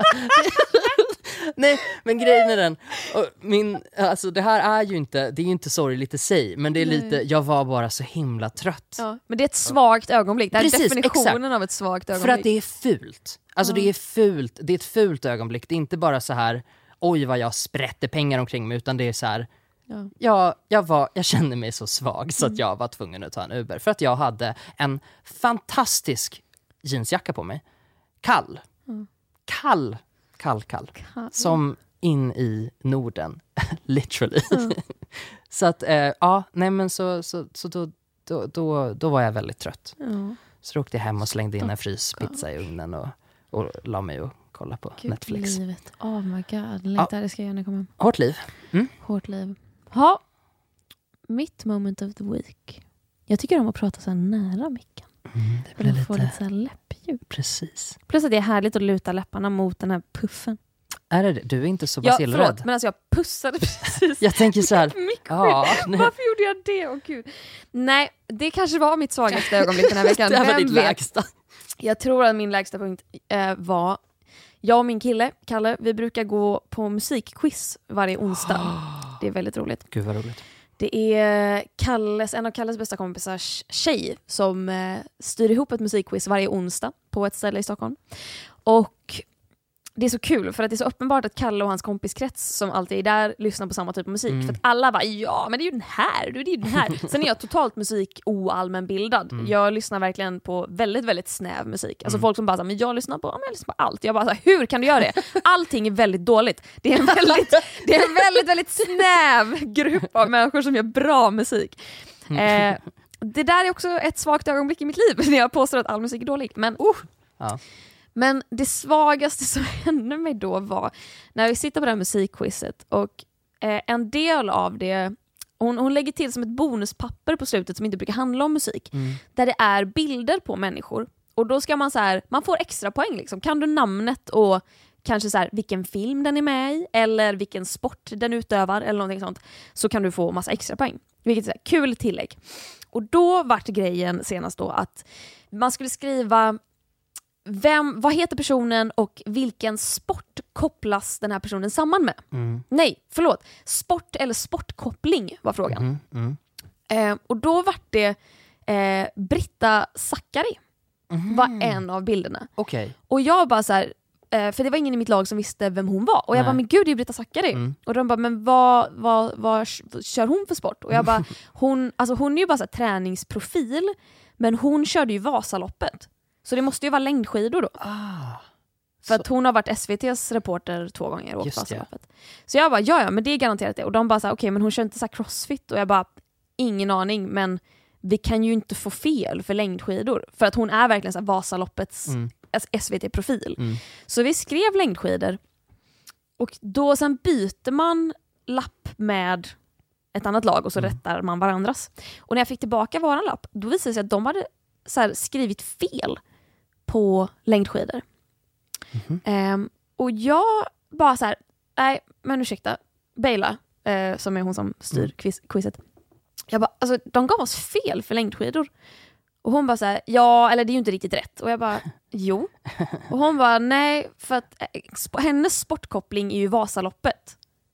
Nej, men grejen är den, och min, alltså det här är ju inte, det är ju inte sorgligt i sig, men det är Nej. lite, jag var bara så himla trött. Ja, men det är ett svagt ögonblick. Det här är Precis, definitionen exakt. av ett svagt ögonblick. För att det är fult. Alltså Ja. det är fult, det är ett fult ögonblick. Det är inte bara så här, oj vad jag sprätter pengar omkring mig, utan det är så här, Ja. jag, jag, var, jag kände mig så svag så att jag var tvungen att ta en Uber. För att jag hade en fantastisk jeansjacka på mig. Kall. Mm. Kall. Kall, kall. Kall. Som in i Norden. Literally. Mm. Så att, eh, ja, nej men så, så, så då, då, då, då var jag väldigt trött. Ja. Så åkte jag hem och slängde in en fryspizza i ugnen och, och la mig och kolla på Gud, Netflix. livet. Oh my god. Längtar, det ska jag gärna komma hem. Hårt liv. Mm? Hårt liv. Ha. Mitt moment of the week. Jag tycker om att prata så här nära micken. Mm, det För blir att få lite, lite så här läppljud. precis. Plus att det är härligt att luta läpparna mot den här puffen. Är det det? Du är inte så Ja, basilrädd. förlåt, men alltså jag pussade precis. Jag tänker så här, Mycket ja, nej. Varför gjorde jag det? Åh gud. Nej, det kanske var mitt svagaste ögonblick den här veckan. Det här var Vem ditt vet? lägsta. Jag tror att min lägsta punkt eh, var, jag och min kille, Kalle, vi brukar gå på musikquiz varje onsdag. Det är väldigt roligt. Gud vad roligt. Det är Kalles, en av Kalles bästa kompisars tjej som eh, styr ihop ett musikquiz varje onsdag på ett ställe i Stockholm. Och det är så kul för att det är så uppenbart att Kalle och hans kompiskrets som alltid är där lyssnar på samma typ av musik. Mm. För att alla bara, ja men det är ju den här, det är ju den här. Sen är jag totalt musik oallmänbildad. Mm. Jag lyssnar verkligen på väldigt, väldigt snäv musik. Alltså Mm. folk som bara, men jag lyssnar på, ja, men jag lyssnar på allt. Jag bara, så här, hur kan du göra det? Allting är väldigt dåligt. Det är en väldigt, det är en väldigt, väldigt snäv grupp av människor som gör bra musik. Eh, det där är också ett svagt ögonblick i mitt liv när jag påstår att all musik är dålig. Men, uh, Ja. men det svagaste som hände mig då var när vi sitter på det här musikquizet och eh, en del av det, hon, hon lägger till som ett bonuspapper på slutet som inte brukar handla om musik, Mm. där det är bilder på människor. Och då ska man så här, man får extra poäng liksom. Kan du namnet och kanske så här, vilken film den är med i eller vilken sport den utövar eller någonting sånt, så kan du få massa extra poäng. Vilket är så här, kul tillägg. Och då vart grejen senast då att man skulle skriva vem, vad heter personen och vilken sport kopplas den här personen samman med? Mm. Nej, förlåt. Sport eller sportkoppling var frågan. Mm. Mm. Eh, och då vart det eh, Britta Zackari Mm. var en av bilderna. Okej. Och jag bara så här, eh, för det var ingen i mitt lag som visste vem hon var. Och jag Nej. bara, men gud det är Britta Zackari. Mm. Och de bara, men vad, vad, vad kör hon för sport? Och jag bara, hon, alltså hon är ju bara så här, träningsprofil, men hon körde ju Vasaloppet. Så det måste ju vara längdskidor då. Ah. För Så- att hon har varit S V T:s reporter två gånger och åkt Just det. Vasaloppet. Så jag bara, ja ja, men det är garanterat det. Och de bara så här, okej, men hon kör inte så här crossfit. Och jag bara, ingen aning, men vi kan ju inte få fel för längdskidor. För att hon är verkligen så här Vasaloppets Mm. S V T-profil. Mm. Så vi skrev längdskidor och då sen byter man lapp med ett annat lag och så Mm. rättar man varandras. Och när jag fick tillbaka våran lapp, då visade det sig att de hade så här, skrivit fel på längdskidor. Mhm. Ehm, och jag bara så här, nej men ursäkta, Bejla, eh, som är hon som styr Mm. quiz, quizet. Jag bara, alltså de gav oss fel för längdskidor. Och hon bara så här, ja eller det är ju inte riktigt rätt. Och jag bara, jo. Och hon bara, nej för att eh, sp- hennes sportkoppling är ju Vasaloppet.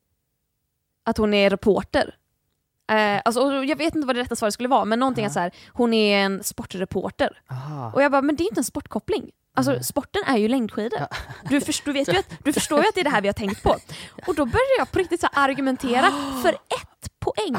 Att hon är reporter. Eh, alltså, och jag vet inte vad det rätta svaret skulle vara, men någonting Ja. är så här, hon är en sportreporter. Aha. Och jag bara, men det är inte en sportkoppling. Alltså Nej. sporten är ju längdskidor. Ja. Du, först, du, vet ju att, du förstår ju att det är det här vi har tänkt på. Och då började jag på riktigt så här argumentera för ett poäng.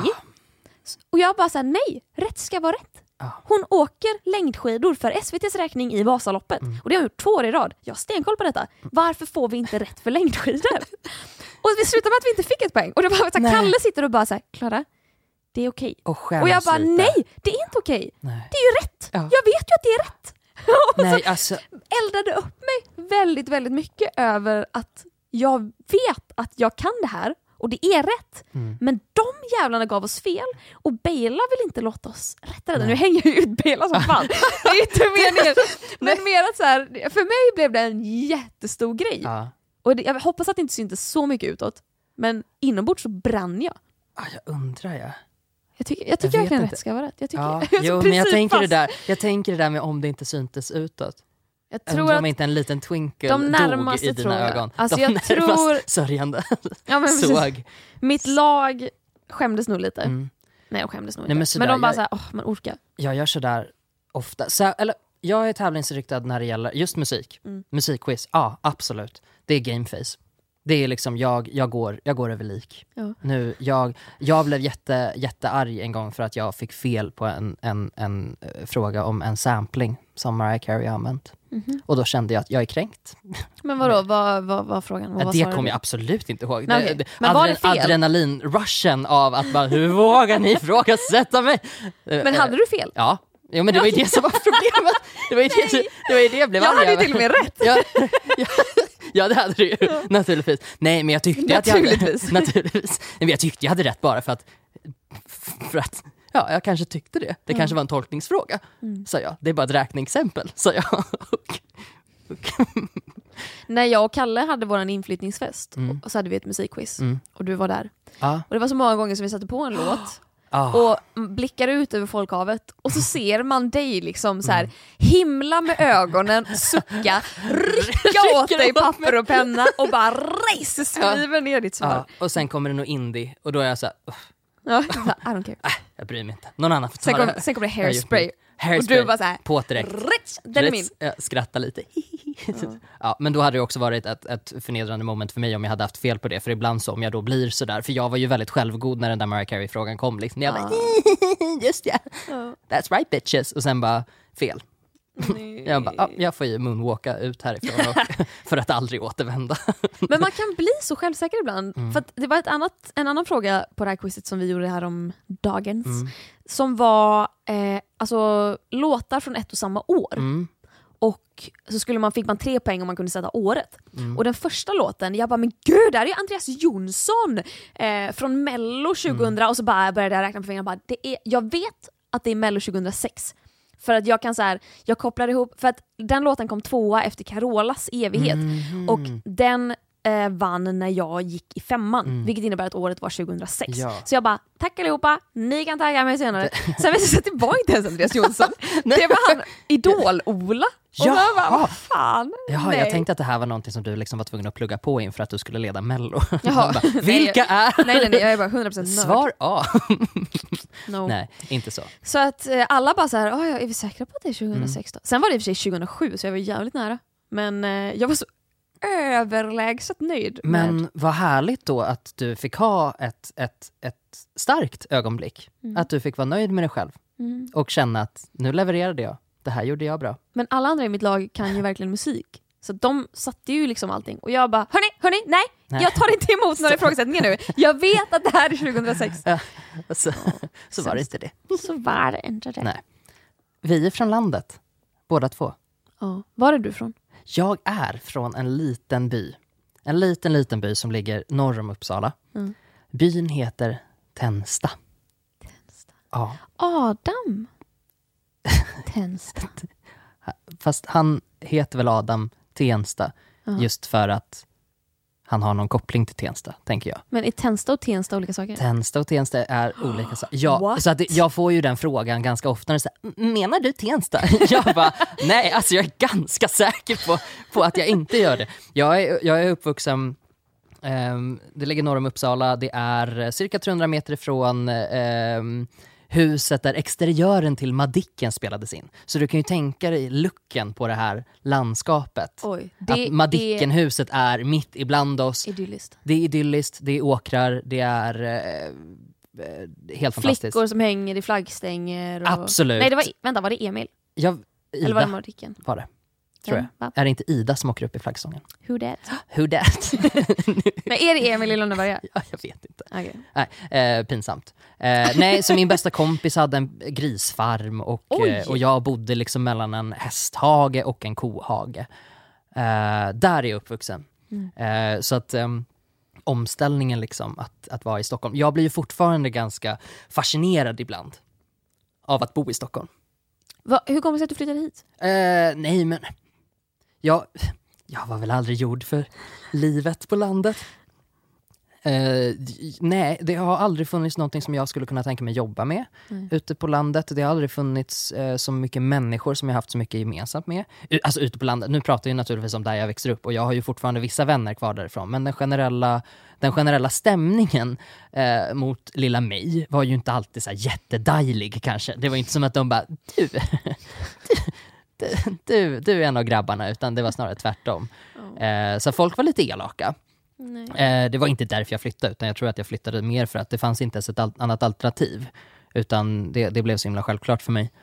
Och jag bara så här, nej, rätt ska vara rätt. Ja. Hon åker längdskidor för S V T:s räkning i Vasaloppet. Mm. Och det har hon gjort två år i rad. Jag har stenkoll på detta. Varför får vi inte rätt för längdskidor? Och vi slutade med att vi inte fick ett poäng. Och det var så här, Nej. Kalle sitter och bara så här, Klara, det är okej. Och, skäms Och jag bara, lite. nej, det är inte okej. Nej. Det är ju rätt. Ja. Jag vet ju att det är rätt. Och så Nej, alltså, eldade upp mig väldigt, väldigt mycket över att jag vet att jag kan det här och det är rätt. mm. Men de jävlarna gav oss fel och Bejla vill inte låta oss rätta det. Nej. Nu hänger jag ut Bejla som fan. Det är inte meningen. Men mer att så här, för mig blev det en jättestor grej. ja. Och det, jag hoppas att det inte syntes så mycket utåt. Men inombords så brann jag. Ja, jag undrar jag. Jag tycker, jag tycker Jag verkligen vet rätt ska vara rätt. Jag tycker, Ja. jag är så Jo, men jag tänker, det principfast. där, jag tänker det där med om det inte syntes utåt. Jag Jag tror undrar att om inte en liten twinkle de dog närmaste i dina tror jag. ögon. Alltså, de jag närmast tror- sörjande ja, men precis. såg. Mitt lag skämdes nog lite. Mm. Nej, de skämdes nog Nej, inte. men Men, sådär, de bara jag- såhär, åh, man orkar. Jag gör sådär ofta. Så, eller, jag är tävlingsriktad när det gäller just musik. Mm. Musikquiz, ja absolut. Det är gameface. Det är liksom, jag, jag, går, jag går över lik. Ja. Nu, jag, jag blev jätte, jättearg en gång för att jag fick fel på en, en, en uh, fråga om en sampling som Mariah Carey har använt. Mhm. Och då kände jag att jag är kränkt. Men vadå, vad vad var frågan? Vad Ja, var det svaret? kommer jag absolut inte ihåg. Nej, Det- okej. det- Men var det fel? Adrenalin-rushen av att bara, hur vågar ni ifrågasätta mig? Men hade du fel? Ja, jo, men det var ju det som var problemet. Det var ju det, det, var ju det jag blev Jag arg hade ju över. till och med rätt. Ja, ja, ja, det hade du ju, naturligtvis. Nej, men jag tyckte att jag hade, Naturligtvis. naturligtvis. Nej, men jag tyckte jag hade rätt bara för att, för att ja, jag kanske tyckte det. Det Mm. kanske var en tolkningsfråga, Mm. sa jag. Det är bara ett räkneexempel, sa jag. Och, När jag och Kalle hade våran inflyttningsfest Mm. och så hade vi ett musikquiz mm. och du var där. Ja. Och det var så många gånger som vi satte på en låt Ah. och blickar ut över folkhavet och så ser man dig liksom så här Mm. himla med ögonen, sucka, rycka åt dig papper och penna och bara race skriver ner ditt svar. Ja, och sen kommer det nog indie och då är jag så här, "Uff, Ja, I don't care. jag bryr mig inte. Någon annan får ta Sen det kom, här." sen kom det Jag har gjort hairspray. mitt. Hairspray. Och du bara såhär, På direkt. den är min. Jag skrattar lite. Ja. Ja, men då hade det också varit ett, ett förnedrande moment för mig om jag hade haft fel på det. För ibland så om jag då blir sådär. För jag var ju väldigt självgod när den där Mariah Carey-frågan kom. Liksom. Jag bara, just ja, Ja. that's right bitches. Och sen bara, fel. Nej. Jag bara, ja, jag får ju moonwalka ut härifrån och, för att aldrig återvända. Men man kan bli så självsäker ibland. Mm. För att det var ett annat, en annan fråga på det här quizet som vi gjorde här om dagens. Mm. Som var eh, alltså, låtar från ett och samma år. Mm. Och så skulle man, fick man tre poäng om man kunde sätta året. Mm. Och den första låten, jag bara, men gud, det här är ju Andreas Jonsson eh, från Mello tjugohundra. Mm. Och så bara började jag räkna på fingrarna. Bara, det är, jag vet att det är Mello tjugohundrasex. För att jag kan så här, jag kopplar ihop, för att den låten kom tvåa efter Carolas evighet. Mhm. Och den eh, vann när jag gick i femman. Mm. Vilket innebär att året var tjugohundrasex. Ja. Så jag bara, tack allihopa, ni kan tagga mig senare. Sen visade det sig att det var inte ens Andreas Jonsson. Det var han Idol-Ola. Och Jaha. jag bara, vad fan? Jaha, Nej. jag tänkte att det här var någonting som du liksom var tvungen att plugga på inför att du skulle leda Mello. Jaha. Bara, vilka är? Nej, nej, nej, jag är bara hundra procent nörd. Svar A. No. Nej, inte så. Så att eh, alla bara så här, "Oj, är vi säkra på att det är tjugohundrasexton? Mm. Sen var det i och för sig tjugohundrasju, så jag var jävligt nära. Men eh, jag var så överlägset nöjd. Men med... vad härligt då att du fick ha ett, ett, ett starkt ögonblick. Mm. Att du fick vara nöjd med dig själv Mm. och känna att nu levererade jag. Det här gjorde jag bra. Men alla andra i mitt lag kan ju verkligen musik. Så de satte ju liksom allting. Och jag bara, hörni, hörni, nej, Nej. jag tar inte emot några ifrågasättningar nu. Jag vet att det här är tjugohundrasex. Så, så var det inte det. Så var det inte det. Nej. Vi är från landet, båda två. Ja. Var är du från? Jag är från en liten by En liten, liten by som ligger norr om Uppsala. Mm. Byn heter Tensta. Tensta. Ja. Adam Tensta. Fast han heter väl Adam Tensta. Uh-huh. Just för att han har någon koppling till Tensta, tänker jag. Men är Tensta och Tensta olika saker? Tensta och Tensta är olika saker. Ja, What? så att jag får ju den frågan ganska ofta. När så här, menar du Tensta? Jag bara, nej, alltså jag är ganska säker på, på att jag inte gör det. Jag är, jag är uppvuxen, um, det ligger norr om Uppsala. Det är cirka trehundra meter ifrån um, huset där exteriören till Madicken spelades in. Så du kan ju tänka dig looken på det här landskapet. Oj, att Madickenhuset är... är mitt ibland oss. Idylliskt. Det är idylliskt, det är åkrar, det är eh, helt fantastiskt. Flickor som hänger i flaggstänger. Och... Absolut. Nej, det var, vänta, var det Emil? Jag, Ida Eller var det Madicken? var det, tror jag. Ja, är det inte Ida som åker upp i flaggstången? Who that? Who that? Men är det Emil i Lönneberga? Ja, jag vet inte. Okay. Nej, eh, pinsamt. Eh, nej, så min bästa kompis hade en grisfarm och, eh, och jag bodde liksom mellan en hästhage och en kohage. Eh, där är jag uppvuxen. Mm. Eh, så att eh, omställningen liksom att, att vara i Stockholm. Jag blir ju fortfarande ganska fascinerad ibland av att bo i Stockholm. Va, hur kommer det sig att du flyttade hit? Eh, nej, men jag, jag var väl aldrig gjord för livet på landet. Uh, nej, det har aldrig funnits någonting som jag skulle kunna tänka mig jobba med mm. ute på landet. Det har aldrig funnits uh, så mycket människor som jag haft så mycket gemensamt med. U- alltså ute på landet. Nu pratar jag naturligtvis om där jag växer upp och jag har ju fortfarande vissa vänner kvar därifrån. Men den generella, den generella stämningen uh, mot lilla mig var ju inte alltid så här jättedejlig kanske. Det var inte som att de bara, du, du, du, du är en av grabbarna, utan det var snarare tvärtom. Oh. Uh, så folk var lite elaka. Eh, det var inte därför jag flyttade, utan jag tror att jag flyttade mer för att det fanns inte ens ett al- annat alternativ, utan det, det blev så himla självklart för mig.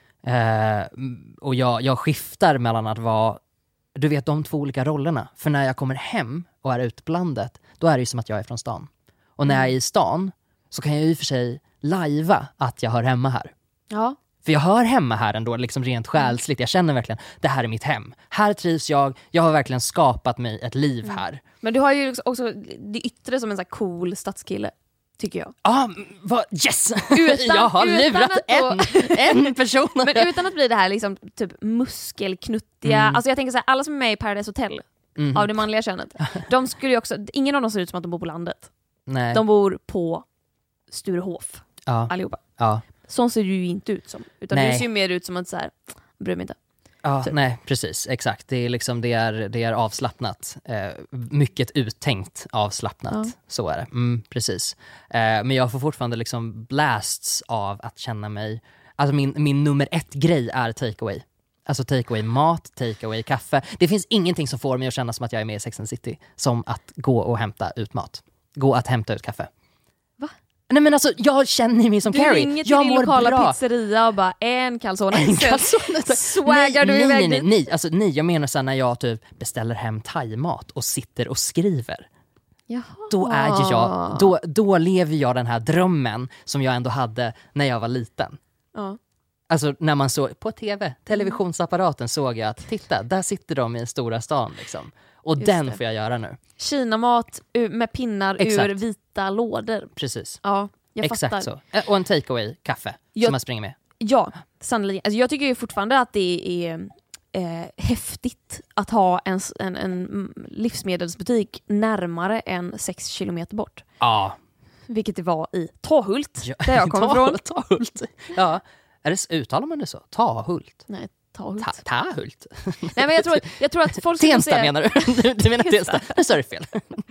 Eh, och jag, jag skiftar mellan att vara, du vet, de två olika rollerna. För när jag kommer hem och är ute på landet, då är det ju som att jag är från stan. Och när jag är i stan så kan jag ju för sig lajva att jag hör hemma här. Ja. För jag hör hemma här ändå, liksom rent själsligt. Jag känner verkligen, det här är mitt hem. Här trivs jag, jag har verkligen skapat mig ett liv här. Mm. Men du har ju också det yttre som en så här cool stadskille, tycker jag. Ah, vad, yes! Utan, jag har lurat en, en person. Men utan att bli det här liksom, typ muskelknuttiga. Mm. Alltså jag tänker så här, alla som är med i Paradise Hotel, mm. av det manliga könet, de skulle ju också, ingen av dem ser ut som att de bor på landet. Nej. De bor på Sturehof, ja. Allihopa. Ja. Sån ser du ju inte ut som. Utan nej. Du ser ju mer ut som att så här, bryr mig inte. Ja, så. Nej, precis. Exakt. Det är, liksom, det är, det är avslappnat. Eh, mycket uttänkt avslappnat. Ja. Så är det. Mm, precis. Eh, men jag får fortfarande liksom blasts av att känna mig... Alltså min, min nummer ett grej är takeaway. Alltså takeaway mat, takeaway kaffe. Det finns ingenting som får mig att känna som att jag är med i Sex and the City som att gå och hämta ut mat. Gå att hämta ut kaffe. Va? Nej, men alltså, jag känner mig som du Carrie. Ringer till jag din mår lokala bra. Pizzeria och bara en calzone. En calzone. Swaggar du nej, iväg nej, nej, nej. Alltså, nej, jag menar så här, när jag typ beställer hem thaimat och sitter och skriver. Jaha. Då är ju jag, då, då lever jag den här drömmen som jag ändå hade när jag var liten. Ja. Alltså när man såg på tv, televisionsapparaten, såg jag att titta, där sitter de i den stora stan liksom. Och just den det. Får jag göra nu. Kinamat med pinnar. Exakt. Ur vita lådor. Precis. Ja, jag exakt fattar. Så. Och en takeaway kaffe jag, som man springer med. Ja, sannolikt. Alltså jag tycker ju fortfarande att det är eh, häftigt att ha en, en, en livsmedelsbutik närmare än sex kilometer bort. Ja. Vilket det var i Tahult, ja. där jag kommer Ta, från. Tahult. Ja. Är det, uttalar man det så? Tahult? Nej, Tahult. Ta, tahult? Nej, men jag tror, jag tror att folk Tensta säga... menar du? Du menar Tensta? Det sa du fel.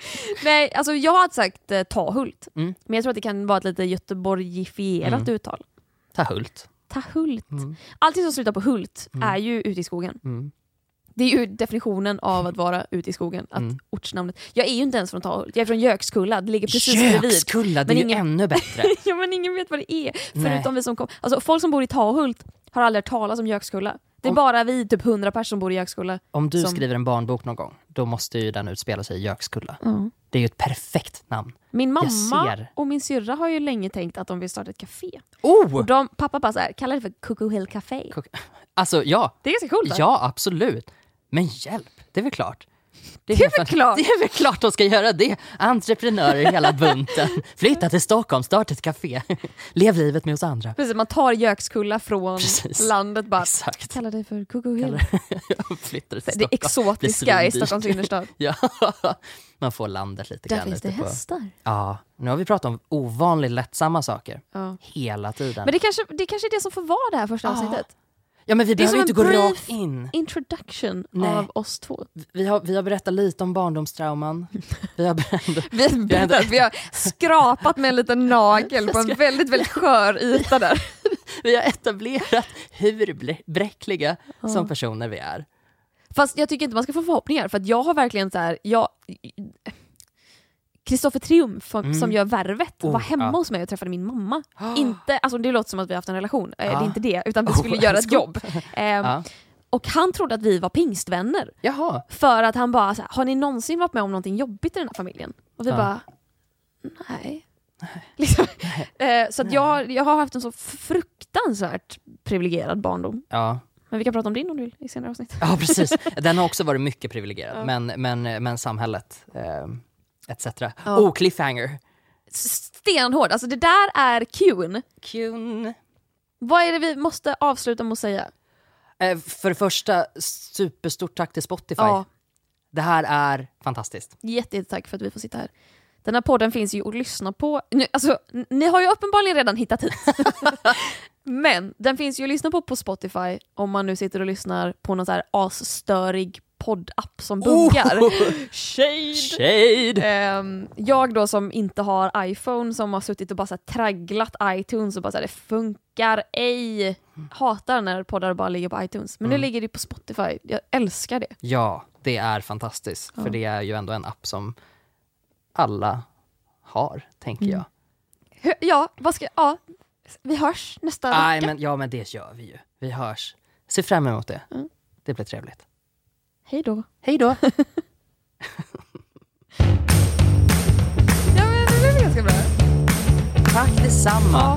Nej, alltså jag har sagt eh, Tahult. Mm. Men jag tror att det kan vara ett lite göteborgifierat mm. uttal. Tahult. Tahult. Mm. Allting som slutar på hult mm. är ju ute i skogen. Mm. Det är ju definitionen av att vara ute i skogen. Att mm. ortsnamnet. Jag är ju inte ens från Tahult. Jag är från Gökskulla. Det ligger precis bredvid. Gökskulla, det är ingen... ju ännu bättre. Ja, men ingen vet vad det är. Förutom vi som kom... Alltså folk som bor i Tahult har aldrig hört talas om Gökskulla. Det är om... bara vi, typ hundra personer som bor i Gökskulla. Om du som... skriver en barnbok någon gång, då måste ju den utspela sig i Gökskulla. Mm. Det är ju ett perfekt namn. Min mamma ser... och min syrra har ju länge tänkt att de vill starta ett café. Oh! Och de, pappa bara så här, kallar det för Cuckoo Hill Café. Cook... Alltså, ja. Det är ganska coolt. Ja, absolut. Men hjälp, det är väl klart. Det är, Det är väl fan- klart. Det är väl klart de ska göra det. Entreprenörer hela bunten. Flytta till Stockholm, starta ett café. Lev livet med oss andra. Precis, man tar Gökskulla från Precis. landet bara. Exakt. Kallar det för Google Hill. Flyttar till Det Stockholm. exotiska Blir i svindyrt. Stockholms innerstad. Ja, man får landet lite Där grann finns det ute på. hästar. Ja, nu har vi pratat om ovanligt lättsamma saker. Ja. Hela tiden. Men det kanske, det kanske är det som får vara det här första Ja. avsnittet. ja, men vi det är behöver som inte en gå brief- rakt in. Introduction Nej. av oss två. Vi har, vi har berättat lite om barndomstrauman. Vi har berättat, Vi har, berättat, vi har skrapat med en liten nagel på en väldigt, väldigt skör yta där. vi har etablerat hur ble- bräckliga som personer vi är. Fast jag tycker inte man ska få förhoppningar, för att jag har verkligen så här, jag Kristoffer Triumf som, Mm. som gör Värvet Oh, var hemma ja. hos mig och träffade min mamma. Inte, alltså det låter som att vi har haft en relation, eh, det Ah. är inte det, utan vi Oh, skulle göra ett scoop. jobb. Ehm, Ja. Och han trodde att vi var pingstvänner. Jaha. För att han bara, så här, har ni någonsin varit med om någonting jobbigt i den här familjen? Och vi Ja. bara, nej. Liksom. Eh, så att jag, jag har haft en så fruktansvärt privilegierad barndom. Ja. Men vi kan prata om din om du vill i senare avsnitt. ja, precis. Den har också varit mycket privilegierad. Ja. Men, men, men samhället, eh, et cetera. Ja. Oh, cliffhanger. Stenhård, alltså det där är Q'n. Kun. Vad är det vi måste avsluta med att säga? Eh, för det första, superstort tack till Spotify. Ja, Det här är fantastiskt. jätte, jätte tack för att vi får sitta här. Den här podden finns ju att lyssna på. Nu, alltså, n- ni har ju uppenbarligen redan hittat hit. Men den finns ju att lyssna på på Spotify om man nu sitter och lyssnar på någon så här asstörig poddapp som buggar. Oh! Shade! Shade! Ehm, jag då som inte har iPhone, som har suttit och bara så här tragglat iTunes och bara så här, det funkar ej. Hatar när poddar bara ligger på iTunes. Men Mm. nu ligger det på Spotify. Jag älskar det. Ja, det är fantastiskt. Ja. För det är ju ändå en app som alla har, tänker Mm. jag. Hur- Ja, vad ska, ja, vi hörs nästa Nej, vecka. men, ja, men det gör vi ju. Vi hörs. Se fram emot det. Mm. Det blir trevligt. Hej då. Hej då! Ja, men det blev ganska bra. Tack detsamma! Ja.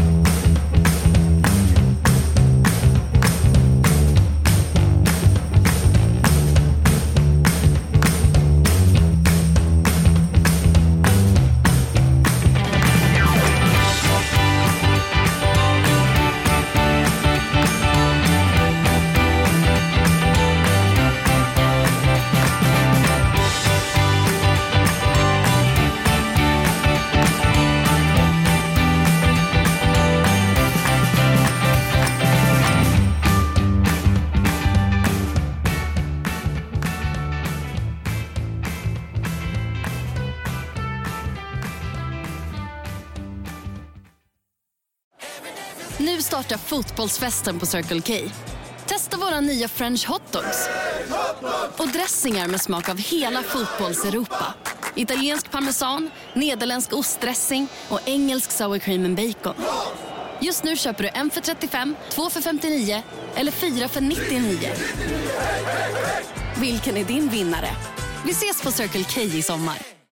Nu startar fotbollsfesten på Circle K. Testa våra nya French hotdogs och dressingar med smak av hela fotbolls-Europa. Italiensk parmesan, nederländsk ostdressing och engelsk sour cream and bacon. Just nu köper du en för trettiofem, två för femtionio eller fyra för nittionio. Vilken är din vinnare? Vi ses på Circle K i sommar.